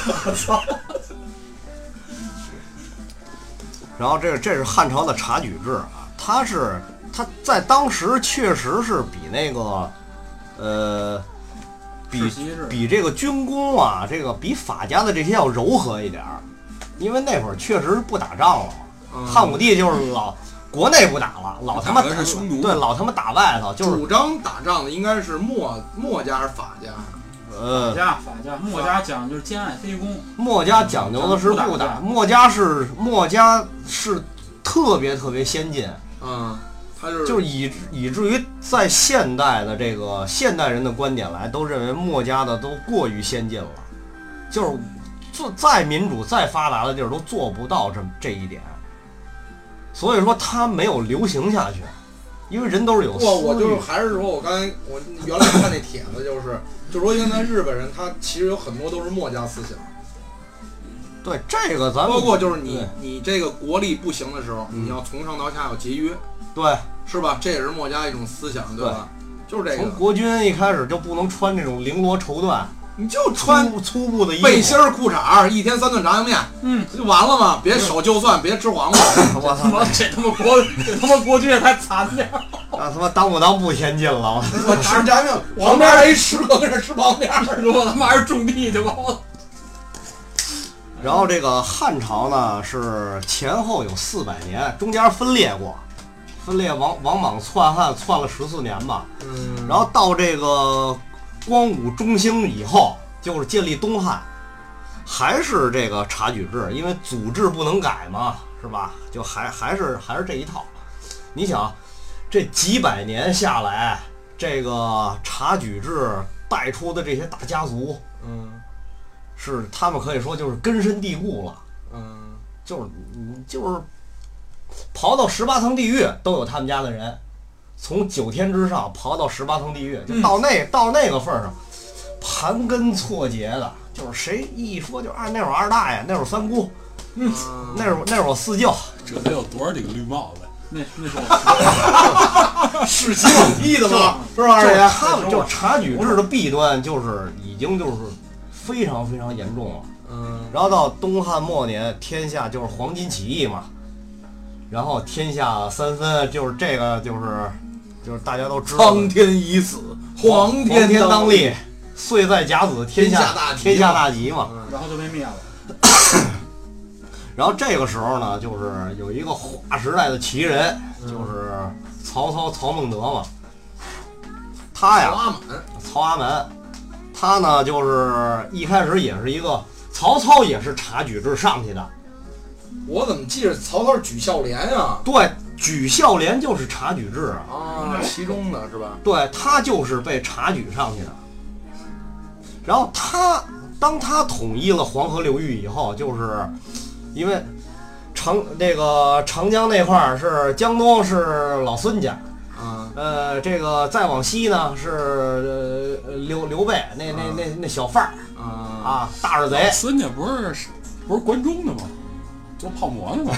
然后这这是汉朝的察举制啊，它是它在当时确实是比那个呃比世袭制比这个军功啊，这个比法家的这些要柔和一点儿，因为那会儿确实不打仗了嘛。 嗯汉武帝就是老国内不打了，老他妈打的是匈奴对，老他妈打外头，就是主张打仗的应该是墨墨家还是法家？ 呃法家法家墨家讲究兼爱非攻， 墨家讲究的是不打， 不打墨家是墨家是特别特别先进， 嗯，他就是就是以以至于在现代的这个现代人的观点来，都认为墨家的都过于先进了，就是做再民主再发达的地儿都做不到这这一点，所以说它没有流行下去，因为人都是有私我我就是欲。 还是说我刚才我原来看那帖子就是就说现在日本人他其实有很多都是墨家思想， 对这个咱们包括就是你对你这个国力不行的时候， 嗯你要从上到下要节约， 对， 是吧？这也是墨家一种思想，对吧？就是这个， 从国军一开始就不能穿这种绫罗绸缎， 你就穿粗粗布的衣服， 背心儿、裤衩儿，一天三顿炸酱面， 嗯， 不就完了吗？别手就蒜，别吃黄瓜。 我他妈这他妈国这他妈国军也太惨点儿。 那他妈当不当不先进了？ 我吃炸酱面，旁边还一食客跟那吃旁边儿。 我他妈还是种地去吧！我然后这个汉朝呢是前后有四百年，中间分裂过，分裂王王莽篡汉篡了十四年吧。 嗯， 然后到这个光武中兴以后，就是建立东汉，还是这个察举制，因为祖制不能改嘛，是吧？就还还是还是这一套。你想，这几百年下来，这个察举制带出的这些大家族， 嗯是他们可以说就是根深蒂固了， 嗯， 就是嗯就是刨到十八层地狱都有他们家的人， 从九天之上刨到十八层地狱，就到那、嗯、到那个份儿上，盘根错节的，就是谁一说就啊，那会儿二大爷，那会儿三姑，嗯，那会儿那会儿我四舅， 这得有多少顶绿帽子？ 那那是我世袭网替的嘛，是吧？二爷， 他们就察举制的弊端，就是已经就是非常非常严重了。嗯，然后到东汉末年，天下就是黄巾起义嘛，然后天下三分，就是这个就是就是大家都知道， 苍天已死，黄天天当立，岁在甲子，天下大天下大吉嘛。 然后就被灭了。 然后这个时候呢，就是有一个划时代的奇人，就是曹操曹孟德嘛。他呀， 曹阿满， 曹阿满，他呢就是一开始也是一个曹操也是察举制上去的。 我怎么记着曹操是举孝廉啊？ 对，举孝廉就是察举制啊。 啊，其中的是吧？ 对，他就是被察举上去的。然后他当他统一了黄河流域以后，就是因为长那个长江那块儿是江东是老孙家，啊，呃，这个再往西呢是呃刘刘备那那那那小贩儿啊啊大耳贼。 孙家不是不是关中的吗？做泡馍的吗？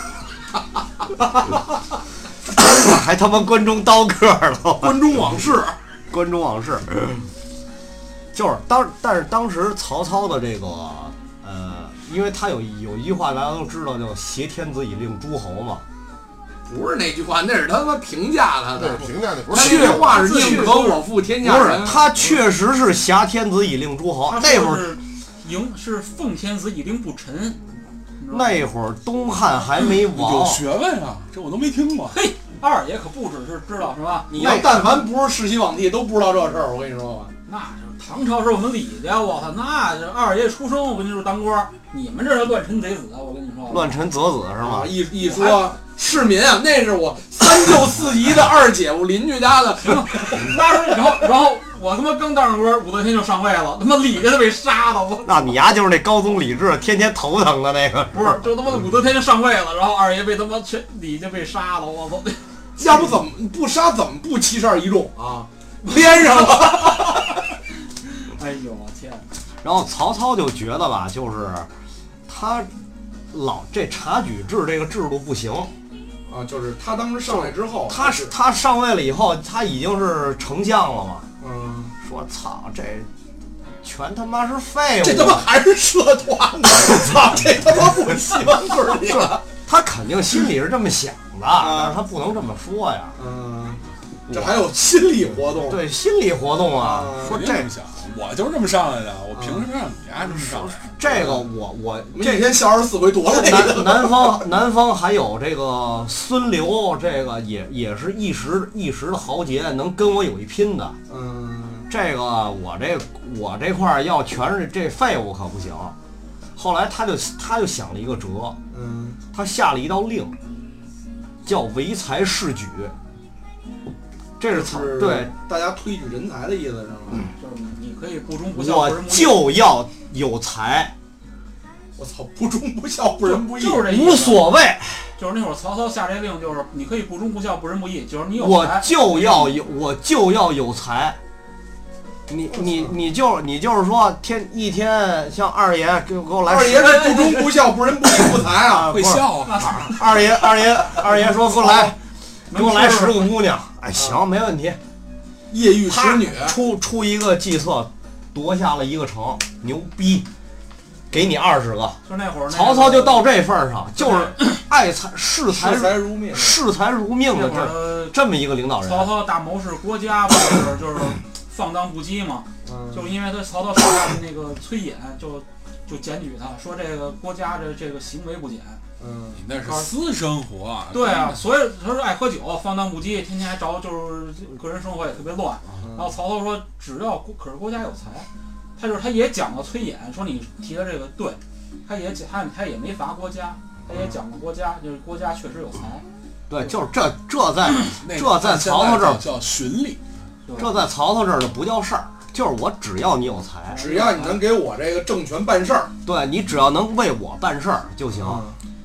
还他妈关中刀客了， 关中往事， 关中往事。就是当，但是当时曹操的这个，呃，因为他有有一句话大家都知道，叫“挟天子以令诸侯”嘛。 不是那句话，那是他妈评价他的， 评价的不是他那句话是宁可我负天下人。 不是，他确实是挟天子以令诸侯。那会儿迎是奉天子以令不臣。 那会儿东汉还没亡， 有学问啊，这我都没听过。 嘿，二爷可不只是知道是吧？ 你要但凡不是世袭网替，都不知道这事儿。我跟你说吧。 那是唐朝是我们李家，我操，那是二爷出生，我跟你说当官，你们这是乱臣贼子，我跟你说。 乱臣贼子是吗？ 啊、一一说市民啊，那是我三舅四姨的二姐夫邻居家的。 那然后然后我他妈刚当上官，武则天就上位了，他妈李家就被杀了。我那你丫就是那高宗李治，天天头疼的那个。 不是，就他妈武则天就上位了，然后二爷被他妈全李家被杀了，我操！ 要不怎么不杀，怎么不七十二一中啊？连上了。 哎呦我天！ 然后曹操就觉得吧，就是他老这察举制这个制度不行啊，就是他当时上来之后， 他是他上位了以后，他已经是丞相了嘛， 嗯， 说操这全他妈是废物， 这他妈还是社团的，操这他妈不希望村里了， 他肯定心里是这么想的，啊、但是他不能这么说呀， 嗯，这还有心理活动， 对心理活动啊， 嗯、 说这么想。我就这么上来的，我凭什么让你丫这么上来？ 这个我我这天笑二十四回多累。 南南方南方还有这个孙刘，这个也也是一时一时的豪杰，能跟我有一拼的。 嗯， 这个我这我这块要全是这废物可不行。后来他就他就想了一个辙， 嗯， 他下了一道令，叫唯才是举。这是是对大家推举人才的意思是吗？ 嗯，就是你可以不忠不孝不仁不义， 我就要有才。 我操，不忠不孝不仁不义， 就是这无所谓。 就是那会儿曹操下这令，就是你可以不忠不孝不仁不义，就是你有我就要有我就要有才。你你你就你就是说天一天像二爷给给我来， 二爷是不忠不孝不仁不义不才啊， 会笑啊。 二爷二爷二爷说给我来。给我来十个姑娘，哎，行，没问题。 夜遇使女， 出出一个计策，夺下了一个城，牛逼，给你二十个。 就那会儿， 曹操就到这份儿上，就是爱才视才如命， 视才如命的这这么一个领导人。 曹操大谋士国家不是就是放荡不羁嘛， 嗯、 就因为他曹操手下的那个崔琰就就检举他说这个国家的这个行为不检。 嗯， 你那是私生活啊。 对啊，所以他说爱喝酒，放荡不羁，天天还找就是个人生活也特别乱。 嗯、 然后曹操说，只要可是国家有才，他就是他也讲了崔琰说你提的这个对，他也他他也没罚国家，他也讲了国家，就是国家确实有才。 对，就是这这在这在曹操这儿叫循例， 这在曹操这儿就不叫事儿。就是我只要你有才， 只要你能给我这个政权办事儿， 对你只要能为我办事儿就行。 嗯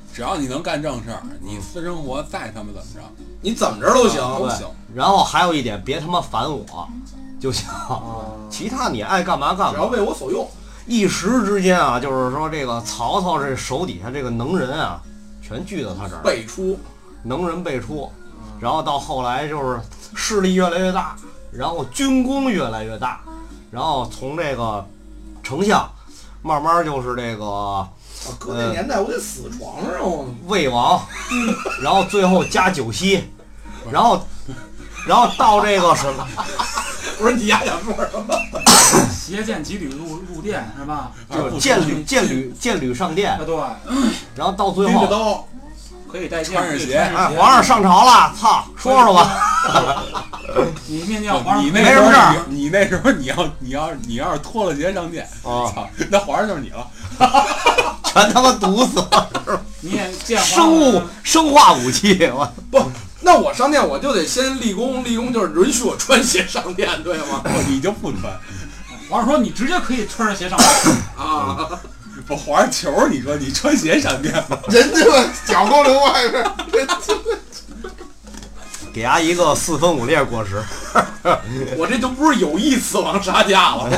只要你能干正事儿，你私生活再他妈怎么着， 你怎么着都行， 都行。 然后还有一点，别他妈烦我就行，其他你爱干嘛干只要嘛。 为我所用。 一时之间啊，就是说这个曹操这手底下这个能人啊，全聚到他这儿， 辈出， 能人辈出。然后到后来就是势力越来越大，然后军功越来越大，然后从这个丞相慢慢就是这个啊搁那年代我得死床上啊！ 魏王，然后最后加九锡，然后然后到这个什么， 我说你丫想说什么？ 携剑骑履入入殿是吧？ 就是剑履剑履剑履上殿啊，，对， 然后到最拎着后， 刀， 可以带剑， 穿着鞋哎，皇上上朝了，操，说说吧。 你面见皇上， 你那时候没什么事儿你你那时候你要你要你要是脱了鞋上殿， 啊操，那皇上就是你了。 全他妈毒死了， 你也见皇上生物生化武器，我不，那我上殿我就得先立功，立功就是允许我穿鞋上殿，对吗？ 你就不穿， 皇上说你直接可以穿着鞋上。 啊， 不皇上求你说你穿鞋上殿吧。 人家们脚勾留外边，人家给他一个四分五裂果实。 我这就不是有意死亡杀驾了。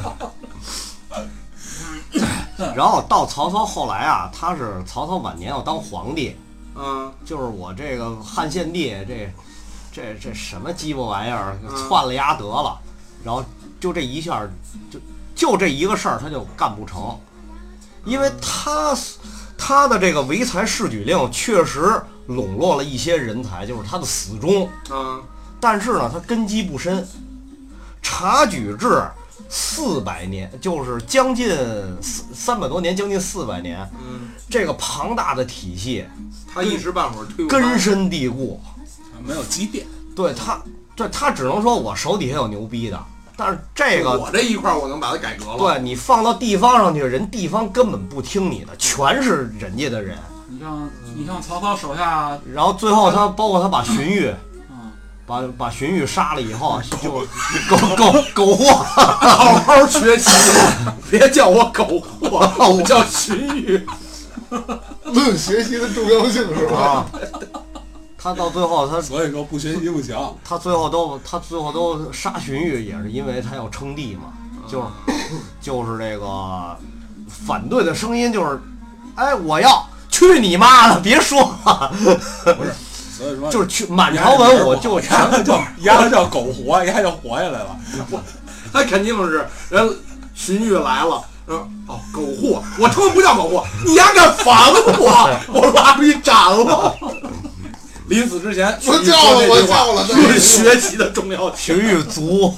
然后到曹操后来啊，他是曹操晚年要当皇帝， 嗯， 就是我这个汉献帝这这这什么鸡巴玩意儿， 嗯篡了丫得了，然后就这一下就就这一个事儿他就干不成，因为他他的这个唯才是举令确实笼络了一些人才，就是他的死忠， 嗯， 但是呢他根基不深，察举制四百年，就是将近四三百多年，将近四百年， 嗯， 这个庞大的体系他一时半会儿推不开根深蒂固。 没有积淀， 对他，对他只能说我手底下有牛逼的，但是这个我这一块儿我能把它改革了。 对你放到地方上去，人地方根本不听你的，全是人家的人。 你像你像曹操手下， 然后最后他包括他把荀彧， 嗯， 把把荀彧杀了以后，就狗狗狗货， 好好学习，别叫我狗货，我叫荀彧。 论学习的重要性是吧？ 啊。他到最后他所以说不学习不行。 他最后都他最后都杀荀彧，也是因为他要称帝嘛，就是就是这个反对的声音就是，哎，我要去你妈的，别说了， 不是，所以说就是去满朝文武就全丫叫丫叫狗活，丫就活下来了。 他肯定是人荀彧来了。嗯，哦，狗货，我他妈不叫狗货，你丫敢烦我，我拉出去斩了。临死之前， 我叫了，我叫了， 论学习的重要性。 荀彧足。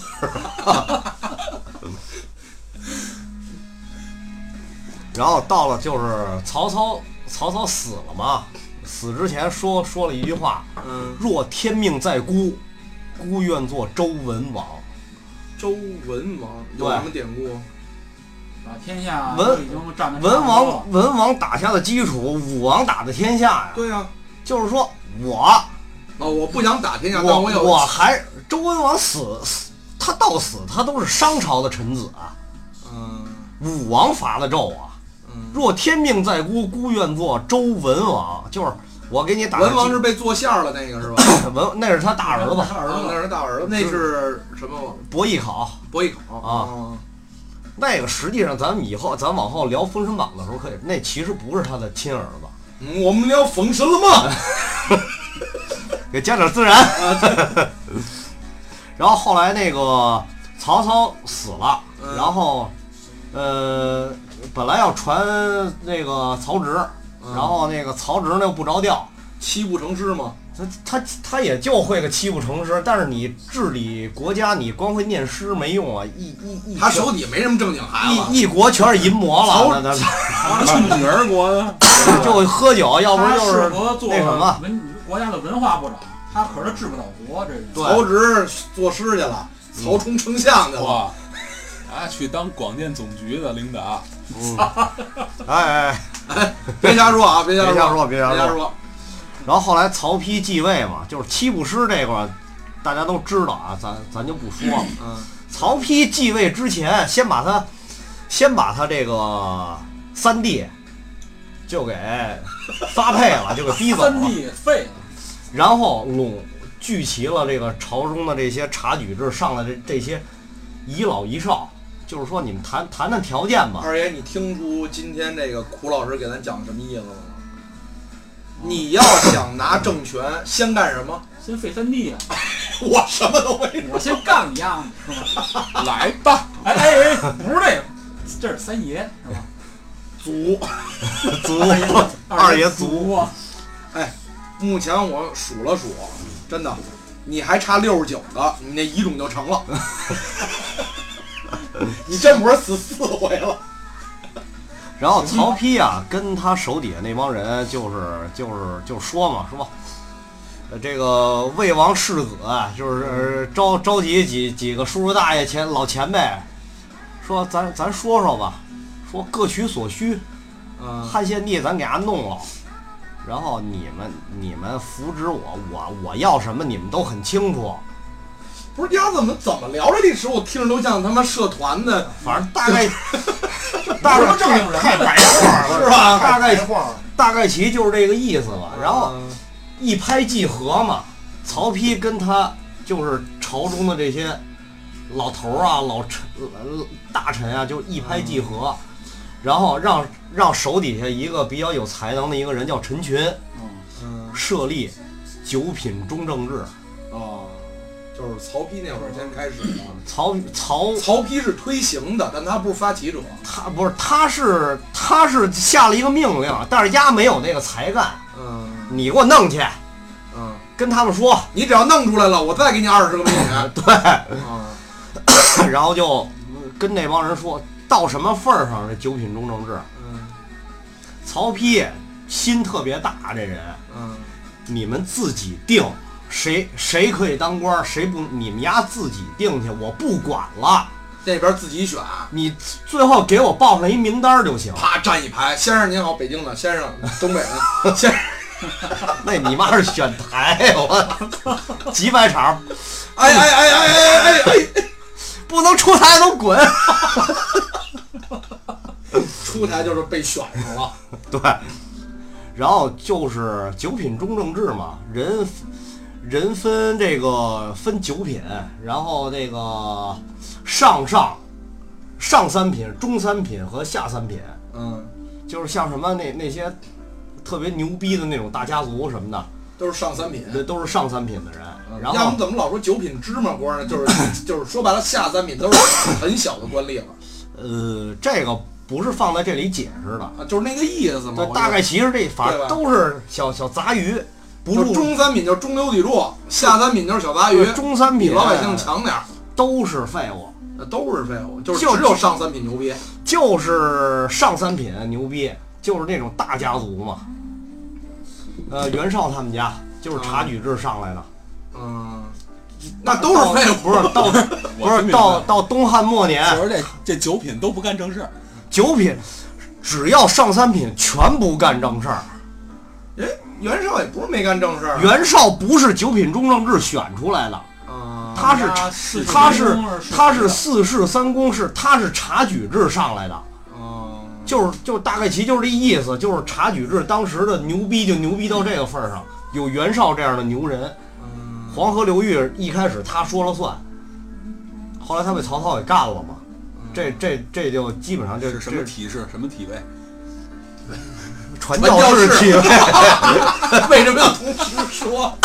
然后到了就是曹操，曹操死了嘛，死之前说说了一句话， 嗯， 若天命在孤，孤愿做周文王。 周文王有什么典故？ 把天下文都已经占得文王文王打下的基础，武王打的天下呀。 对呀、啊， 就是说我哦，我不想打天下，但我我有我还周文王死死，他到死他都是商朝的臣子啊。 嗯， 武王伐的纣啊。 嗯， 若天命在孤，孤愿做周文王。就是我给你打文王是被做馅儿了那个是吧？ 文那是他大儿子， 他儿子啊那是大儿子，那是什么王？ 伯邑考。 伯邑考啊。那个实际上，咱们以后咱往后聊《封神榜》的时候可以，那其实不是他的亲儿子。 嗯，我们聊封神了吗？ 给加点自然。然后后来那个曹操死了， 嗯、 然后呃本来要传那个曹植， 嗯、 然后那个曹植那又不着调， 七步成诗嘛。 他他他也就会个七步成诗，但是你治理国家，你光会念诗没用啊！一一一他手底没什么正经孩子， 一一国全是淫魔了，那那女儿国呢？ 就喝酒，要不就是那什么文国家的文化部长，他可是治不了国，这人。 曹植作诗去了，曹冲丞相去了， 啊，去当广电总局的领导。 嗯、哎哎哎，别瞎说啊，别瞎说，别瞎说，别瞎说。 然后后来曹丕继位嘛，就是七步诗这块儿，大家都知道啊，咱咱就不说了。 嗯， 曹丕继位之前，先把他，先把他这个三弟就给发配了，就给逼走三了。 弟废了， 然后拢聚齐了这个朝中的这些察举制上来的这些遗老遗少，就是说你们谈谈谈条件吧。 二爷，你听出今天这个苦老师给咱讲什么意思了吗？你要想拿政权，先干什么？ 先废三弟啊！ 我什么都没说。 我先干你呀，是吧？ 来吧， 哎哎哎，不是这个，这是三爷是吧？ 祖族二爷族， 族啊， 哎，目前我数了数，真的，你还差六十九个，你那遗种就成了。你真不是死四回了。 然后曹丕啊，跟他手底下那帮人就是就是就说嘛，是吧？呃，这个魏王世子啊，就是召召集几几个叔叔大爷前老前辈，说咱咱说说吧，说各取所需， 嗯， 汉献帝咱给他弄了，然后你们你们扶植我，我我要什么你们都很清楚。 不是丫怎么怎么聊这历史，我听着都像他妈社团的， 反正大概大概正经人太白话了， 是吧？ 大概白话了。 大概其就是这个意思吧。然后嗯一拍即合嘛，曹丕跟他就是朝中的这些老头啊、老臣、呃大臣啊，就一拍即合，然后让让手底下一个比较有才能的一个人叫陈群， 嗯设立九品中正制。 哦，就是曹丕那会儿先开始的。 曹曹曹丕是推行的，但他不是发起者。 他不是他是他是下了一个命令，但是丫没有那个才干， 嗯你给我弄去， 嗯， 跟他们说， 你只要弄出来了，我再给你二十个美元。 对。 啊， 然后就跟那帮人说到什么份儿上，这九品中正制。 嗯曹丕心特别大，这人嗯你们自己定，谁谁可以当官，谁不，你们家自己定去，我不管了。 那边自己选， 你最后给我报上一名单就行。 啪站一排，先生您好，北京的，先生东北的，先生， 那你妈是选台，我几百场， 哎哎哎哎哎哎哎， 不能出台都滚。 出台就是被选上了。 对，然后就是九品中正制嘛，人人分这个分九品，然后这个上上上三品、中三品和下三品， 嗯， 就是像什么那那些特别牛逼的那种大家族什么的， 都是上三品。 这都是上三品的人。然后要么怎么老说九品芝麻官呢？就是就是说白了，下三品都是很小的官吏了呃，这个不是放在这里解释的， 啊，就是那个意思嘛。 对， 我大概其实这反对吧正都是小小杂鱼，不就入中三品就是中流砥柱，下三品就是小杂鱼， 中三品比老百姓强点儿， 都是废物。 那都是废物，就是就只有上三品牛逼。 就是上三品牛逼，就是那种大家族嘛。呃，袁绍他们家就是察举制上来的， 嗯，那都是废物。 不是到不是到到东汉末年， 就是这这九品都不干正事儿， 九品只要上三品全不干正事儿。 哎，袁绍也不是没干正事儿啊。 袁绍不是九品中正制选出来的， 啊， 他是是他是他是是四世三公，是他是察举制上来的。 哦， 就是就大概其就是这意思，就是察举制当时的牛逼就牛逼到这个份儿上，有袁绍这样的牛人。黄河流域一开始他说了算，后来他被曹操给干了嘛，这这这就基本上这是什么这体制？什么体位？ 传教士体位。 为什么要同时说？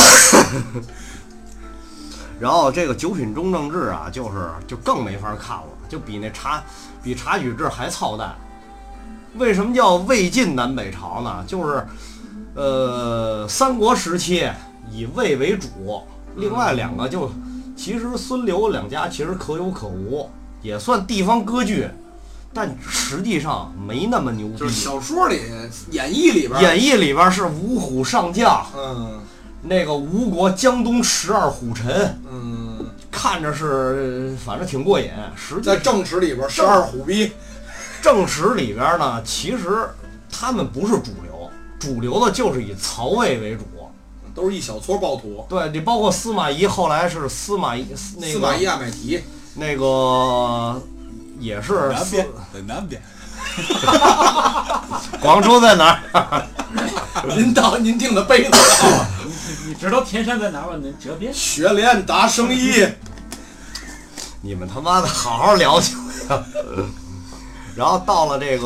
然后这个九品中正制啊，就是就更没法看了，就比那察比察举制还操蛋。为什么叫魏晋南北朝呢？就是呃三国时期以魏为主，另外两个就其实孙刘两家其实可有可无，也算地方割据，但实际上没那么牛逼。 就是小说里、演义里边， 演义里边是五虎上将， 嗯那个吴国江东十二虎臣， 嗯， 看着是反正挺过瘾。实际在正史里边十二虎逼， 正史里边呢，其实他们不是主流，主流的就是以曹魏为主。 都是一小撮暴徒。 对你包括司马懿，后来是司马懿那个司马懿、亚买提， 那个也是南边，在南边。 广州在哪儿？ 您到您订的杯子到了。 你知道天山在哪儿吗？你这边学练达生意。 你们他妈的好好聊去呀！然后到了这个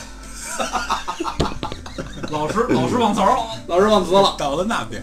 老师老师忘词儿了， 老师忘词了。 到了那边，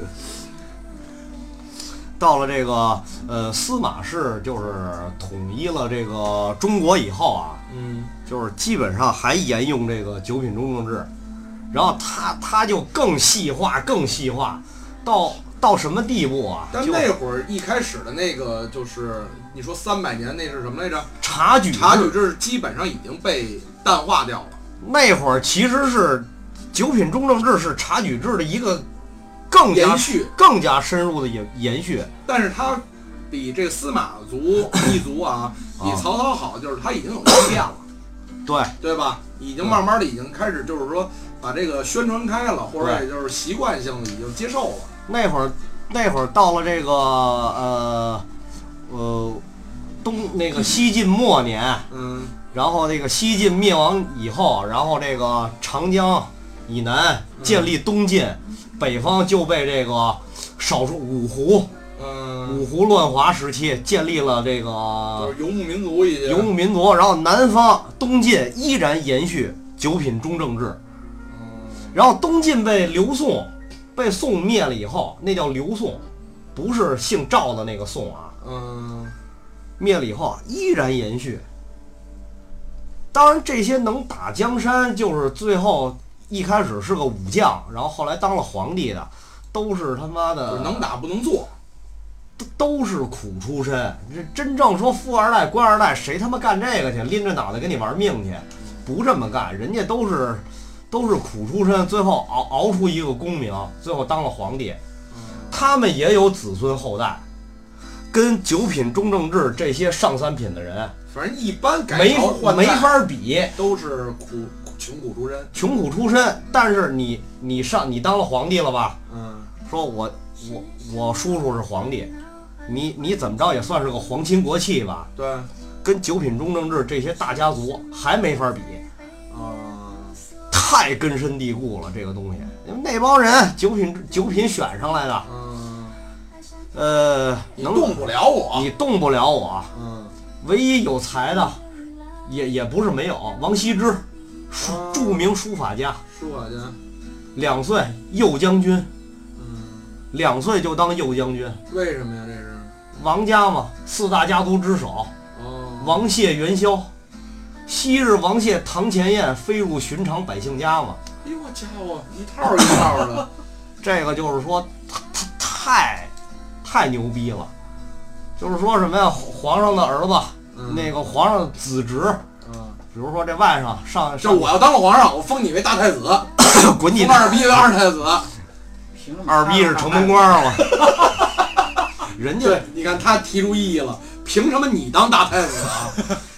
到了这个呃司马氏就是统一了这个中国以后啊， 嗯， 就是基本上还沿用这个九品中正制，然后他他就更细化更细化，到到什么地步啊？ 但就那会儿一开始的那个就是你说三百年那是什么来着？ 察举制察举制基本上已经被淡化掉了。 那会儿其实是九品中正制是察举制的一个更加延续更加深入的延延续。 但是它比这个司马族一族啊，比曹操好，就是他已经有积淀了， 对对吧？已经慢慢的已经开始就是说把这个宣传开了，或者也就是习惯性的已经接受了。 那会儿，那会儿到了这个呃呃东那个西晋末年， 嗯， 然后那个西晋灭亡以后，然后这个长江以南建立东晋，嗯、北方就被这个少数五胡， 嗯， 五胡乱华时期建立了这个就是游牧民族已经游牧民族，然后南方东晋依然延续九品中正制， 嗯， 然后东晋被刘宋。被宋灭了以后，那叫刘宋，不是姓赵的那个宋啊。 嗯， 灭了以后依然延续。当然，这些能打江山，就是最后一开始是个武将，然后后来当了皇帝的，都是他妈的能打不能做， 都都是苦出身。这真正说富二代、官二代，谁他妈干这个去？拎着脑袋跟你玩命去？不这么干，人家都是。都是苦出身，最后熬熬出一个功名，最后当了皇帝。他们也有子孙后代，跟九品中正制这些上三品的人， 反正一般改没朝换代没法比， 都是苦穷苦出身。 穷苦出身，但是你你上你当了皇帝了吧？ 嗯， 说我我我叔叔是皇帝，你你怎么着也算是个皇亲国戚吧？ 对， 跟九品中正制这些大家族还没法比。 啊、嗯。 太根深蒂固了，这个东西，因为那帮人九品九品选上来的， 嗯， 呃， 你动不了我， 你动不了我， 嗯， 唯一有才的，也也不是没有，王羲之，书、 嗯、 著名书法家， 书法家， 两岁右将军， 嗯， 两岁就当右将军， 为什么呀？这是王家嘛，四大家族之首， 哦， 王谢元宵。昔日王谢堂前燕，飞入寻常百姓家嘛。 哎呦我家伙，一套一套的。 这个就是说，他他太太牛逼了。就是说什么呀？皇上的儿子，嗯、那个皇上的子侄，嗯，比如说这外甥上， 就我要当了皇上，我封你为大太子， 滚你！ 封二逼为二太子， 二逼是城门官嘛？人家对，你看他提出异议了，凭什么你当大太子啊？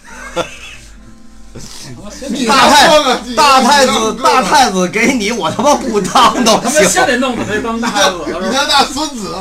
大太大太子大太子给你，我他妈不当都行。 他妈先得弄死谁当大太子了？ 你家大孙子，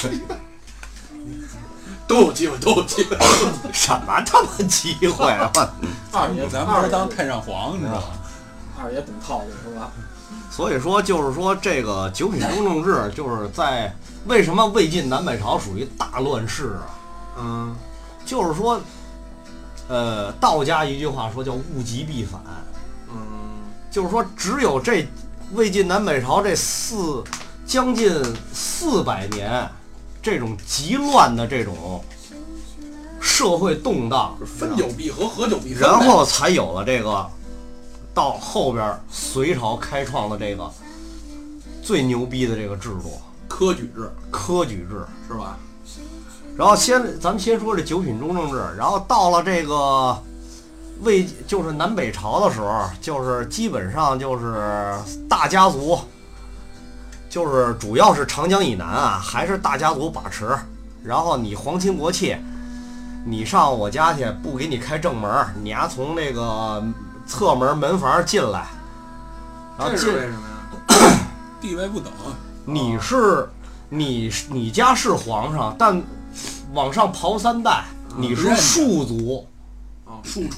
都有机会，都有机会。 什么他妈机会啊！ 二爷， 咱不是当太上皇，你知道吗？ 二爷懂套路是吧？ 所以说，就是说这个九品中正制，就是在为什么魏晋南北朝属于大乱世啊？ 嗯， 就是说。呃，道家一句话说叫物极必反， 嗯， 就是说只有这魏晋南北朝这四将近四百年这种极乱的这种社会动荡， 分久必合，合久必分， 然后才有了这个到后边隋朝开创的这个最牛逼的这个制度 ——科举制， 科举制是吧？ 然后先咱们先说这九品中正制，然后到了这个魏就是南北朝的时候，就是基本上就是大家族，就是主要是长江以南啊，还是大家族把持。然后你皇亲国戚，你上我家去不给你开正门，你丫从那个侧门门房进来，然后这进是为什么呀？ 地位不等。 你是你你家是皇上，但往上刨三代，你是庶族， 啊，庶出，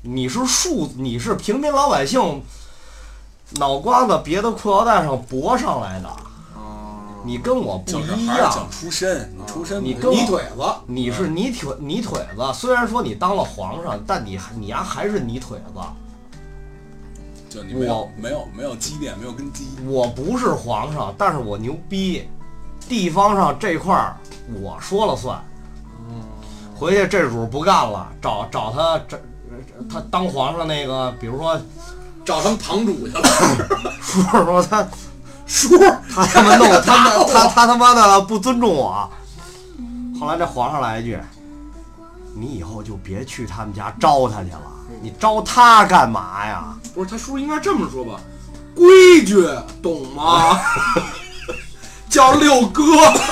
你是庶，你是平民老百姓，脑瓜子别的裤腰带上搏上来的。你跟我不就是一样， 还是讲出身，你出身， 你跟我泥腿子， 你是泥腿泥腿子。虽然说你当了皇上，但你你丫还是泥腿子。 就你没有没有没有积淀，没有根基。 我不是皇上，但是我牛逼，地方上这块儿我说了算。回去这主不干了，找找他这他当皇上那个，比如说找他们堂主去了。 叔说他叔， 他他妈弄他他他他他妈的不尊重我。后来这皇上来一句：“你以后就别去他们家招他去了，你招他干嘛呀？” 不是，他叔应该这么说吧？规矩懂吗？叫六哥。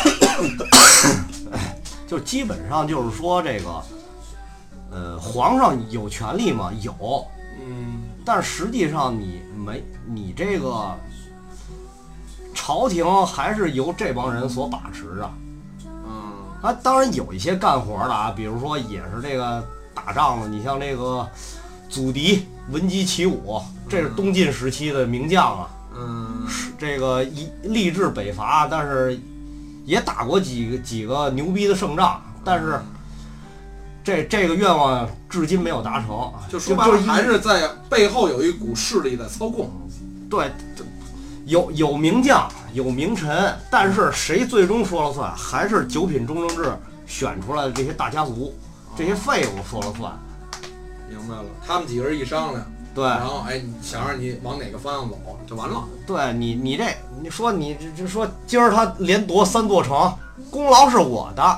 就基本上就是说这个，呃，皇上有权利吗？有， 嗯， 但是实际上你没，你这个朝廷还是由这帮人所把持着。 嗯， 啊，当然有一些干活的啊，比如说也是这个打仗的，你像这个祖迪闻鸡起舞，这是东晋时期的名将啊。 嗯， 这个一立志北伐，但是也打过几个几个牛逼的胜仗，但是这这个愿望至今没有达成。 就说白了，还是在背后有一股势力在操控。 对，有有名将，有名臣，但是谁最终说了算？还是九品中正制选出来的这些大家族，这些废物说了算。 明白了，他们几个人一商量， 对， 然后哎，想让你往哪个方向走就完了。 对你，你这你说你就说今儿他连夺三座城，功劳是我的。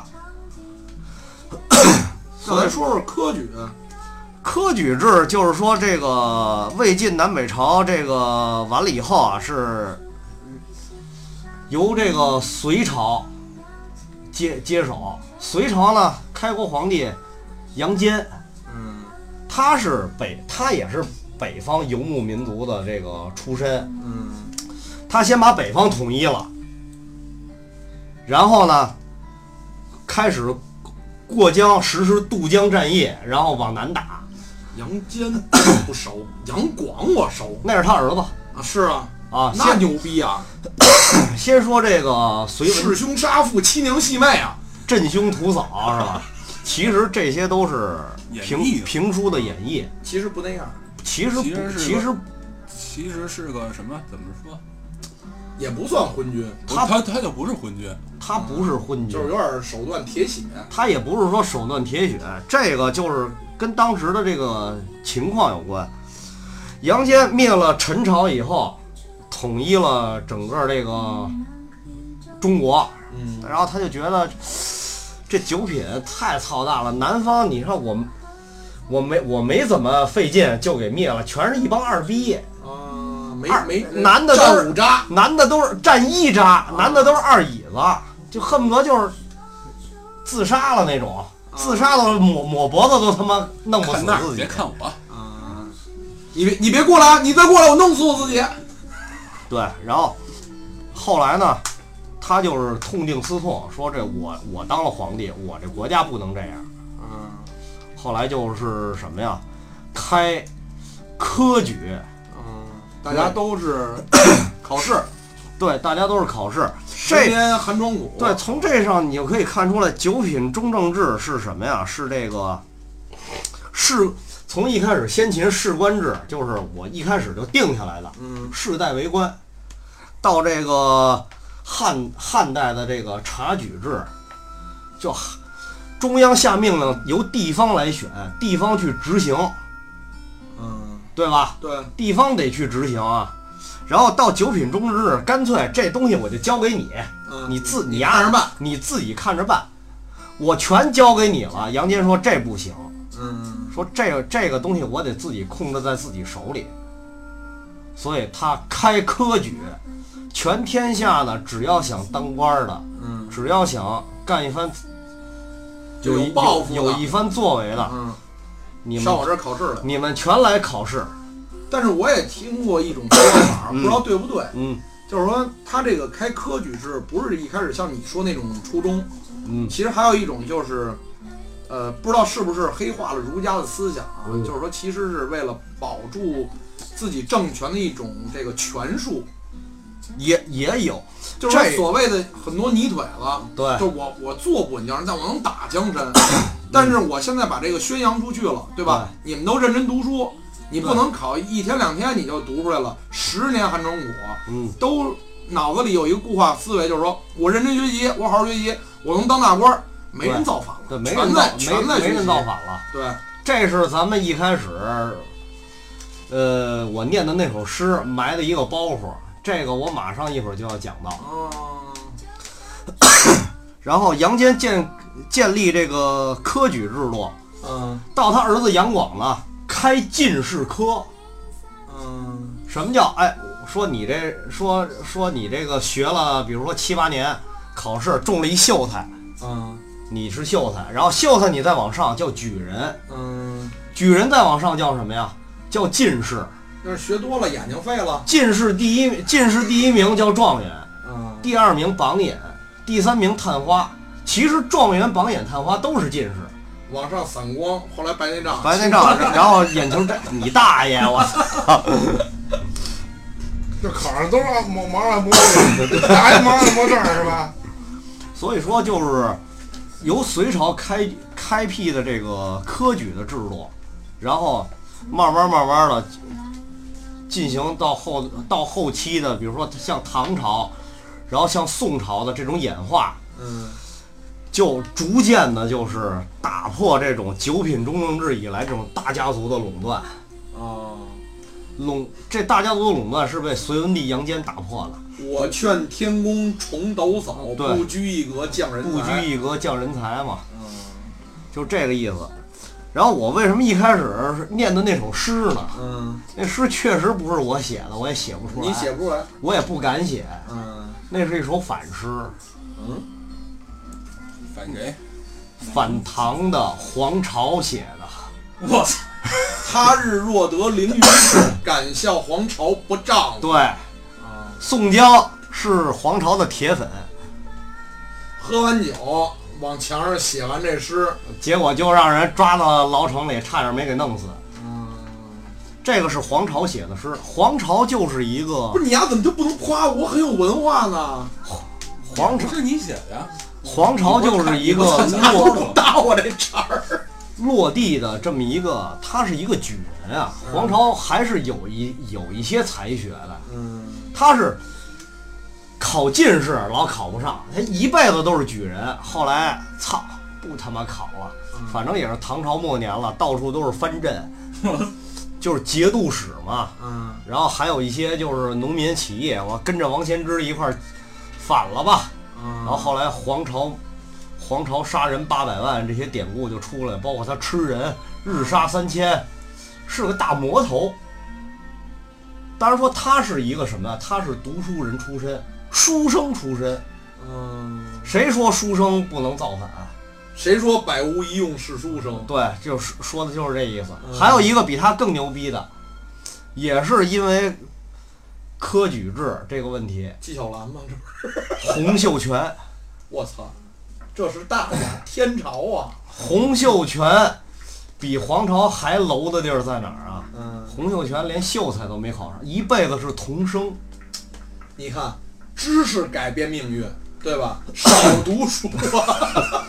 再来说说科举， 科举制就是说这个魏晋南北朝这个完了以后啊，是由这个隋朝接接手。隋朝呢，开国皇帝杨坚， 嗯， 他是北，他也是北方游牧民族的这个出身， 嗯， 他先把北方统一了，然后呢，开始过江实施渡江战役，然后往南打。 杨坚不熟，杨广我熟， 那是他儿子啊，是啊， 啊。 那牛逼啊！ 先说这个隋文弑兄杀父，欺娘弃妹啊， 镇凶屠嫂是吧？其实这些都是评评书的演绎， 其实不那样， 其实其实是其实其实是个什么？怎么说？ 也不算昏君， 他他他就不是昏君， 他不是昏君， 就是有点手段铁血。 他也不是说手段铁血，这个就是跟当时的这个情况有关。杨坚灭了陈朝以后，统一了整个这个中国， 嗯， 然后他就觉得这九品太操蛋了。南方你看我我没我没怎么费劲就给灭了，全是一帮二逼。 啊，没二没男的都是战五渣， 男的都是站一渣，男的都是二椅子，就恨不得就是自杀了那种，自杀都抹抹脖子都他妈弄不死看那儿自己。 别看我， 啊，你别你别过来啊！你再过来，我弄死我自己。 对，然后后来呢，他就是痛定思痛，说这我我当了皇帝，我这国家不能这样。 嗯， 后来就是什么呀，开科举。 嗯，大家都是考试， 对，大家都是考试。 十这年寒窗苦。 对，从这上你就可以看出来，九品中正制是什么呀？是这个士，从一开始先秦士官制，就是我一开始就定下来的， 嗯， 世代为官，到这个汉汉代的这个察举制，就中央下命令由地方来选，地方去执行， 嗯， 对吧？ 对， 地方得去执行啊。然后到九品中正制，干脆这东西我就交给你， 嗯， 你自你你看着办， 你自己看着办，我全交给你了。杨坚说这不行， 嗯， 说这个这个东西我得自己控制在自己手里，所以他开科举，全天下呢只要想当官的， 嗯， 只要想干一番有一有抱负的有有一番作为的， 嗯， 你们上我这儿考试来。 你们全来考试。 但是我也听过一种说法，不知道对不对， 嗯就是说他这个开科举制不是一开始像你说那种初中， 嗯其实还有一种就是呃，不知道是不是黑化了儒家的思想啊？ 嗯、 就是说，其实是为了保住自己政权的一种这个权术， 也也有， 就是说所谓的很多泥腿子， 对， 就我我做不稳江山，但我能打江山，但是我现在把这个宣扬出去了，对吧？ 对， 你们都认真读书，你不能考一天两天你就读出来了，十年寒窗苦， 嗯， 都脑子里有一个固化思维，就是说我认真学习，我好好学习，我能当大官。没人造反了， 对，没人造，没没人造反了。 对， 这是咱们一开始，呃，我念的那首诗埋的一个包袱，这个我马上一会儿就要讲到。 哦。 然后杨坚建建立这个科举制度， 嗯， 到他儿子杨广呢，开进士科。 嗯， 什么叫哎？说你这说说你这个学了，比如说七八年，考试中了一秀才。 嗯。 你是秀才，然后秀才你再往上叫举人， 嗯， 举人再往上叫什么呀？叫进士。 那学多了眼睛废了。 进士第一，进士第一名叫状元， 嗯， 第二名榜眼，第三名探花。其实状元、榜眼、探花都是进士。 往上散光，后来白内障， 白内障，然后眼球摘，你大爷！我操！ 这考上都是按摩盲按摩的，哪有盲按摩证是吧？ 所以说就是。由隋朝开开辟的这个科举的制度，然后慢慢慢慢的进行到后到后期的，比如说像唐朝，然后像宋朝的这种演化， 嗯， 就逐渐的就是打破这种九品中正制以来这种大家族的垄断。 哦， 垄这大家族的垄断是被隋文帝杨坚打破的。 我劝天公重抖擞，不拘一格降人才。 不拘一格降人才嘛， 嗯， 就这个意思。然后我为什么一开始念的那首诗呢？ 嗯， 那诗确实不是我写的，我也写不出来。 你写不出来， 我也不敢写。 嗯， 那是一首反诗。 嗯， 反谁？ 反唐的黄巢写的。 我操！ 他日若得凌云志，敢笑黄巢不仗。 对。宋江是黄巢的铁粉， 喝完酒往墙上写完这诗， 结果就让人抓到牢城里，差点没给弄死。 嗯， 这个是黄巢写的诗。黄巢就是一个， 不是你丫怎么就不能夸我很有文化呢？ 黄巢是你写的呀？ 黄巢就是一个落打我这茬儿。 落地的这么一个，他是一个举人啊。黄巢还是有一有一些才学的。 嗯。 他是考进士老考不上，他一辈子都是举人。后来操，不他妈考了，反正也是唐朝末年了，到处都是藩镇，就是节度使嘛。 嗯， 然后还有一些就是农民起义，我跟着王献之一块反了吧。然后后来黄巢黄巢杀人八百万这些典故就出来，包括他吃人日杀三千，是个大魔头。当然说他是一个什么？他是读书人出身，书生出身。 嗯， 谁说书生不能造反？ 谁说百无一用是书生？ 对，就是说的就是这意思。 嗯、 还有一个比他更牛逼的，也是因为科举制这个问题。 纪晓岚吗？这不是？ 洪秀全。 我操，这是大家天朝啊！ 洪秀全比黄巢还楼的地儿在哪儿啊？ 嗯， 洪秀全连秀才都没考上，一辈子是童生。 你看，知识改变命运，对吧？少读书啊。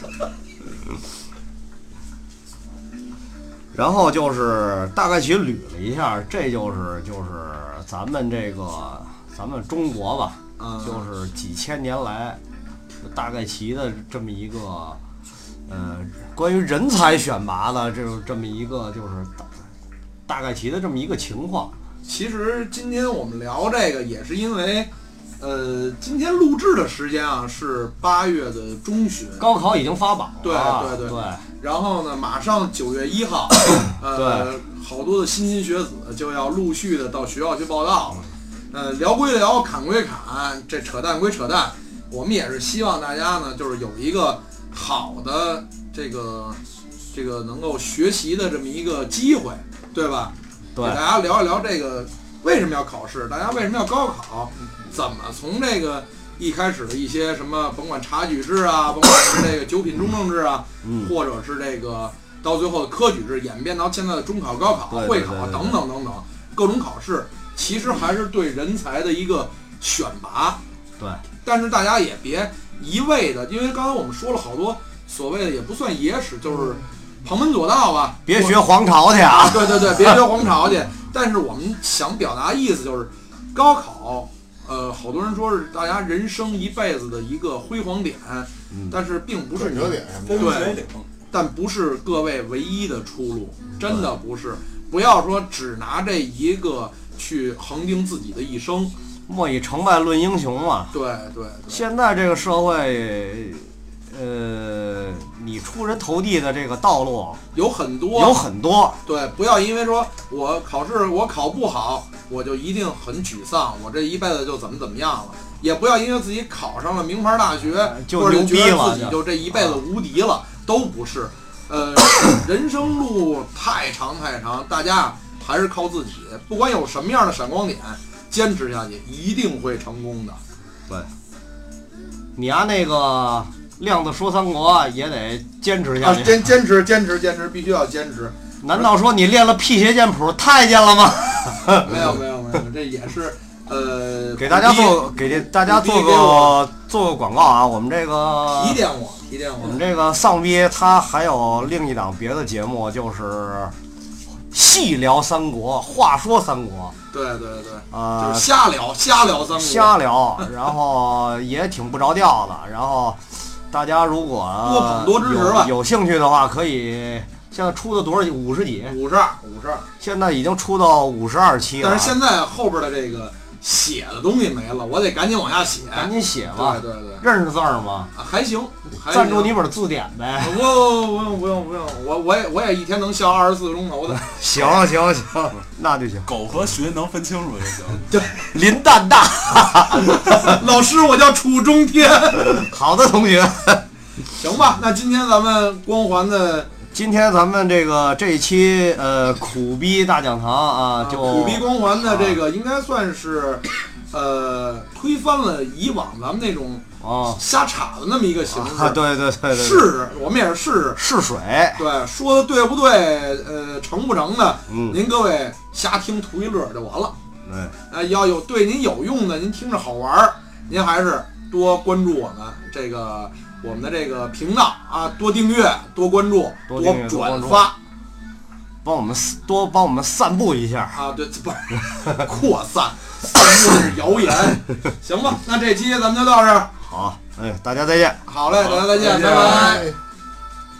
然后就是大概其捋了一下，这就是就是咱们这个咱们中国吧， 嗯、 就是几千年来大概其的这么一个呃关于人才选拔的这这么一个就是大大概其的这么一个情况。 其实今天我们聊这个也是因为，呃，今天录制的时间啊是八月的中旬， 高考已经发榜了。 对对对对。 然后呢，马上九月一号，呃，好多的莘莘学子就要陆续的到学校去报到了。呃，聊归聊，侃归侃，这扯淡归扯淡，我们也是希望大家呢，就是有一个好的这个这个能够学习的这么一个机会，对吧？ 对， 给大家聊一聊这个为什么要考试，大家为什么要高考，怎么从这个一开始的一些什么，甭管察举制啊，甭管是这个九品中正制啊， 嗯， 或者是这个到最后的科举制，演变到现在的中考、高考、 对对会考对对等等等等各种考试，其实还是对人才的一个选拔。 对， 但是大家也别一味的，因为刚才我们说了好多所谓的也不算野史，就是旁门左道吧， 别学皇朝去啊！ 对对对，别学皇朝去。但是我们想表达意思就是，高考，呃，好多人说是大家人生一辈子的一个辉煌点， 嗯、 但是并不是转折点， 对，但不是各位唯一的出路，真的不是。不要说只拿这一个去恒定自己的一生， 莫以成败论英雄嘛。 对对对。 现在这个社会，呃，你出人头地的这个道路有很多， 有很多。 对，不要因为说我考试我考不好，我就一定很沮丧，我这一辈子就怎么怎么样了。也不要因为自己考上了名牌大学， 就牛逼了， 自己就这一辈子无敌了，都不是。呃，人生路太长太长，大家还是靠自己，不管有什么样的闪光点，坚持下去，一定会成功的。 对，你呀、啊，那个亮子说三国也得坚持下去， 啊、坚坚持坚持坚持，必须要坚持。 难道说你练了辟邪剑谱太监了吗？ 没有没有没有，这也是。呃， 给大家做给大家做个做个广告啊！我们这个提点我提点我， 我们这个丧逼他还有另一档别的节目，就是细聊三国，话说三国。 对对对， 啊、呃， 就是瞎聊瞎聊三国， 瞎聊，然后也挺不着调的。然后大家如果多捧多支持吧， 有, 有兴趣的话，可以。现在出的多少？五十几？ 五十二，五十二。 现在已经出到五十二期了。 但是现在后边的这个写的东西没了，我得赶紧往下写， 赶紧写吧。 对对对， 认识字儿吗？ 啊，还行。 赞助你本字典呗。 不不用不用不用，我我也我也一天能笑二十四个钟头的。 行行行，那就行。 狗和学能分清楚就行。 对， 林蛋大。 老师，我叫楚中天。 好的，同学。 行吧，那今天咱们光环的。 今天咱们这个这一期呃苦逼大讲堂啊，就苦逼光环的这个应该算是，呃，推翻了以往咱们那种啊瞎插的那么一个形式。 啊，对对对对， 试试，我们也是试试水。 对，说的对不对？呃，成不成的？ 嗯， 您各位瞎听图一乐就完了。 对， 呃，要有对您有用的，您听着好玩，您还是多关注我们这个。我们的这个频道啊，多订阅、多关注、 多转发， 帮我们多帮我们散布一下啊！对，不是扩散，散布是谣言。行吧，那这期咱们就到这儿。 好，哎，大家再见。 好嘞，大家再见， 拜拜拜。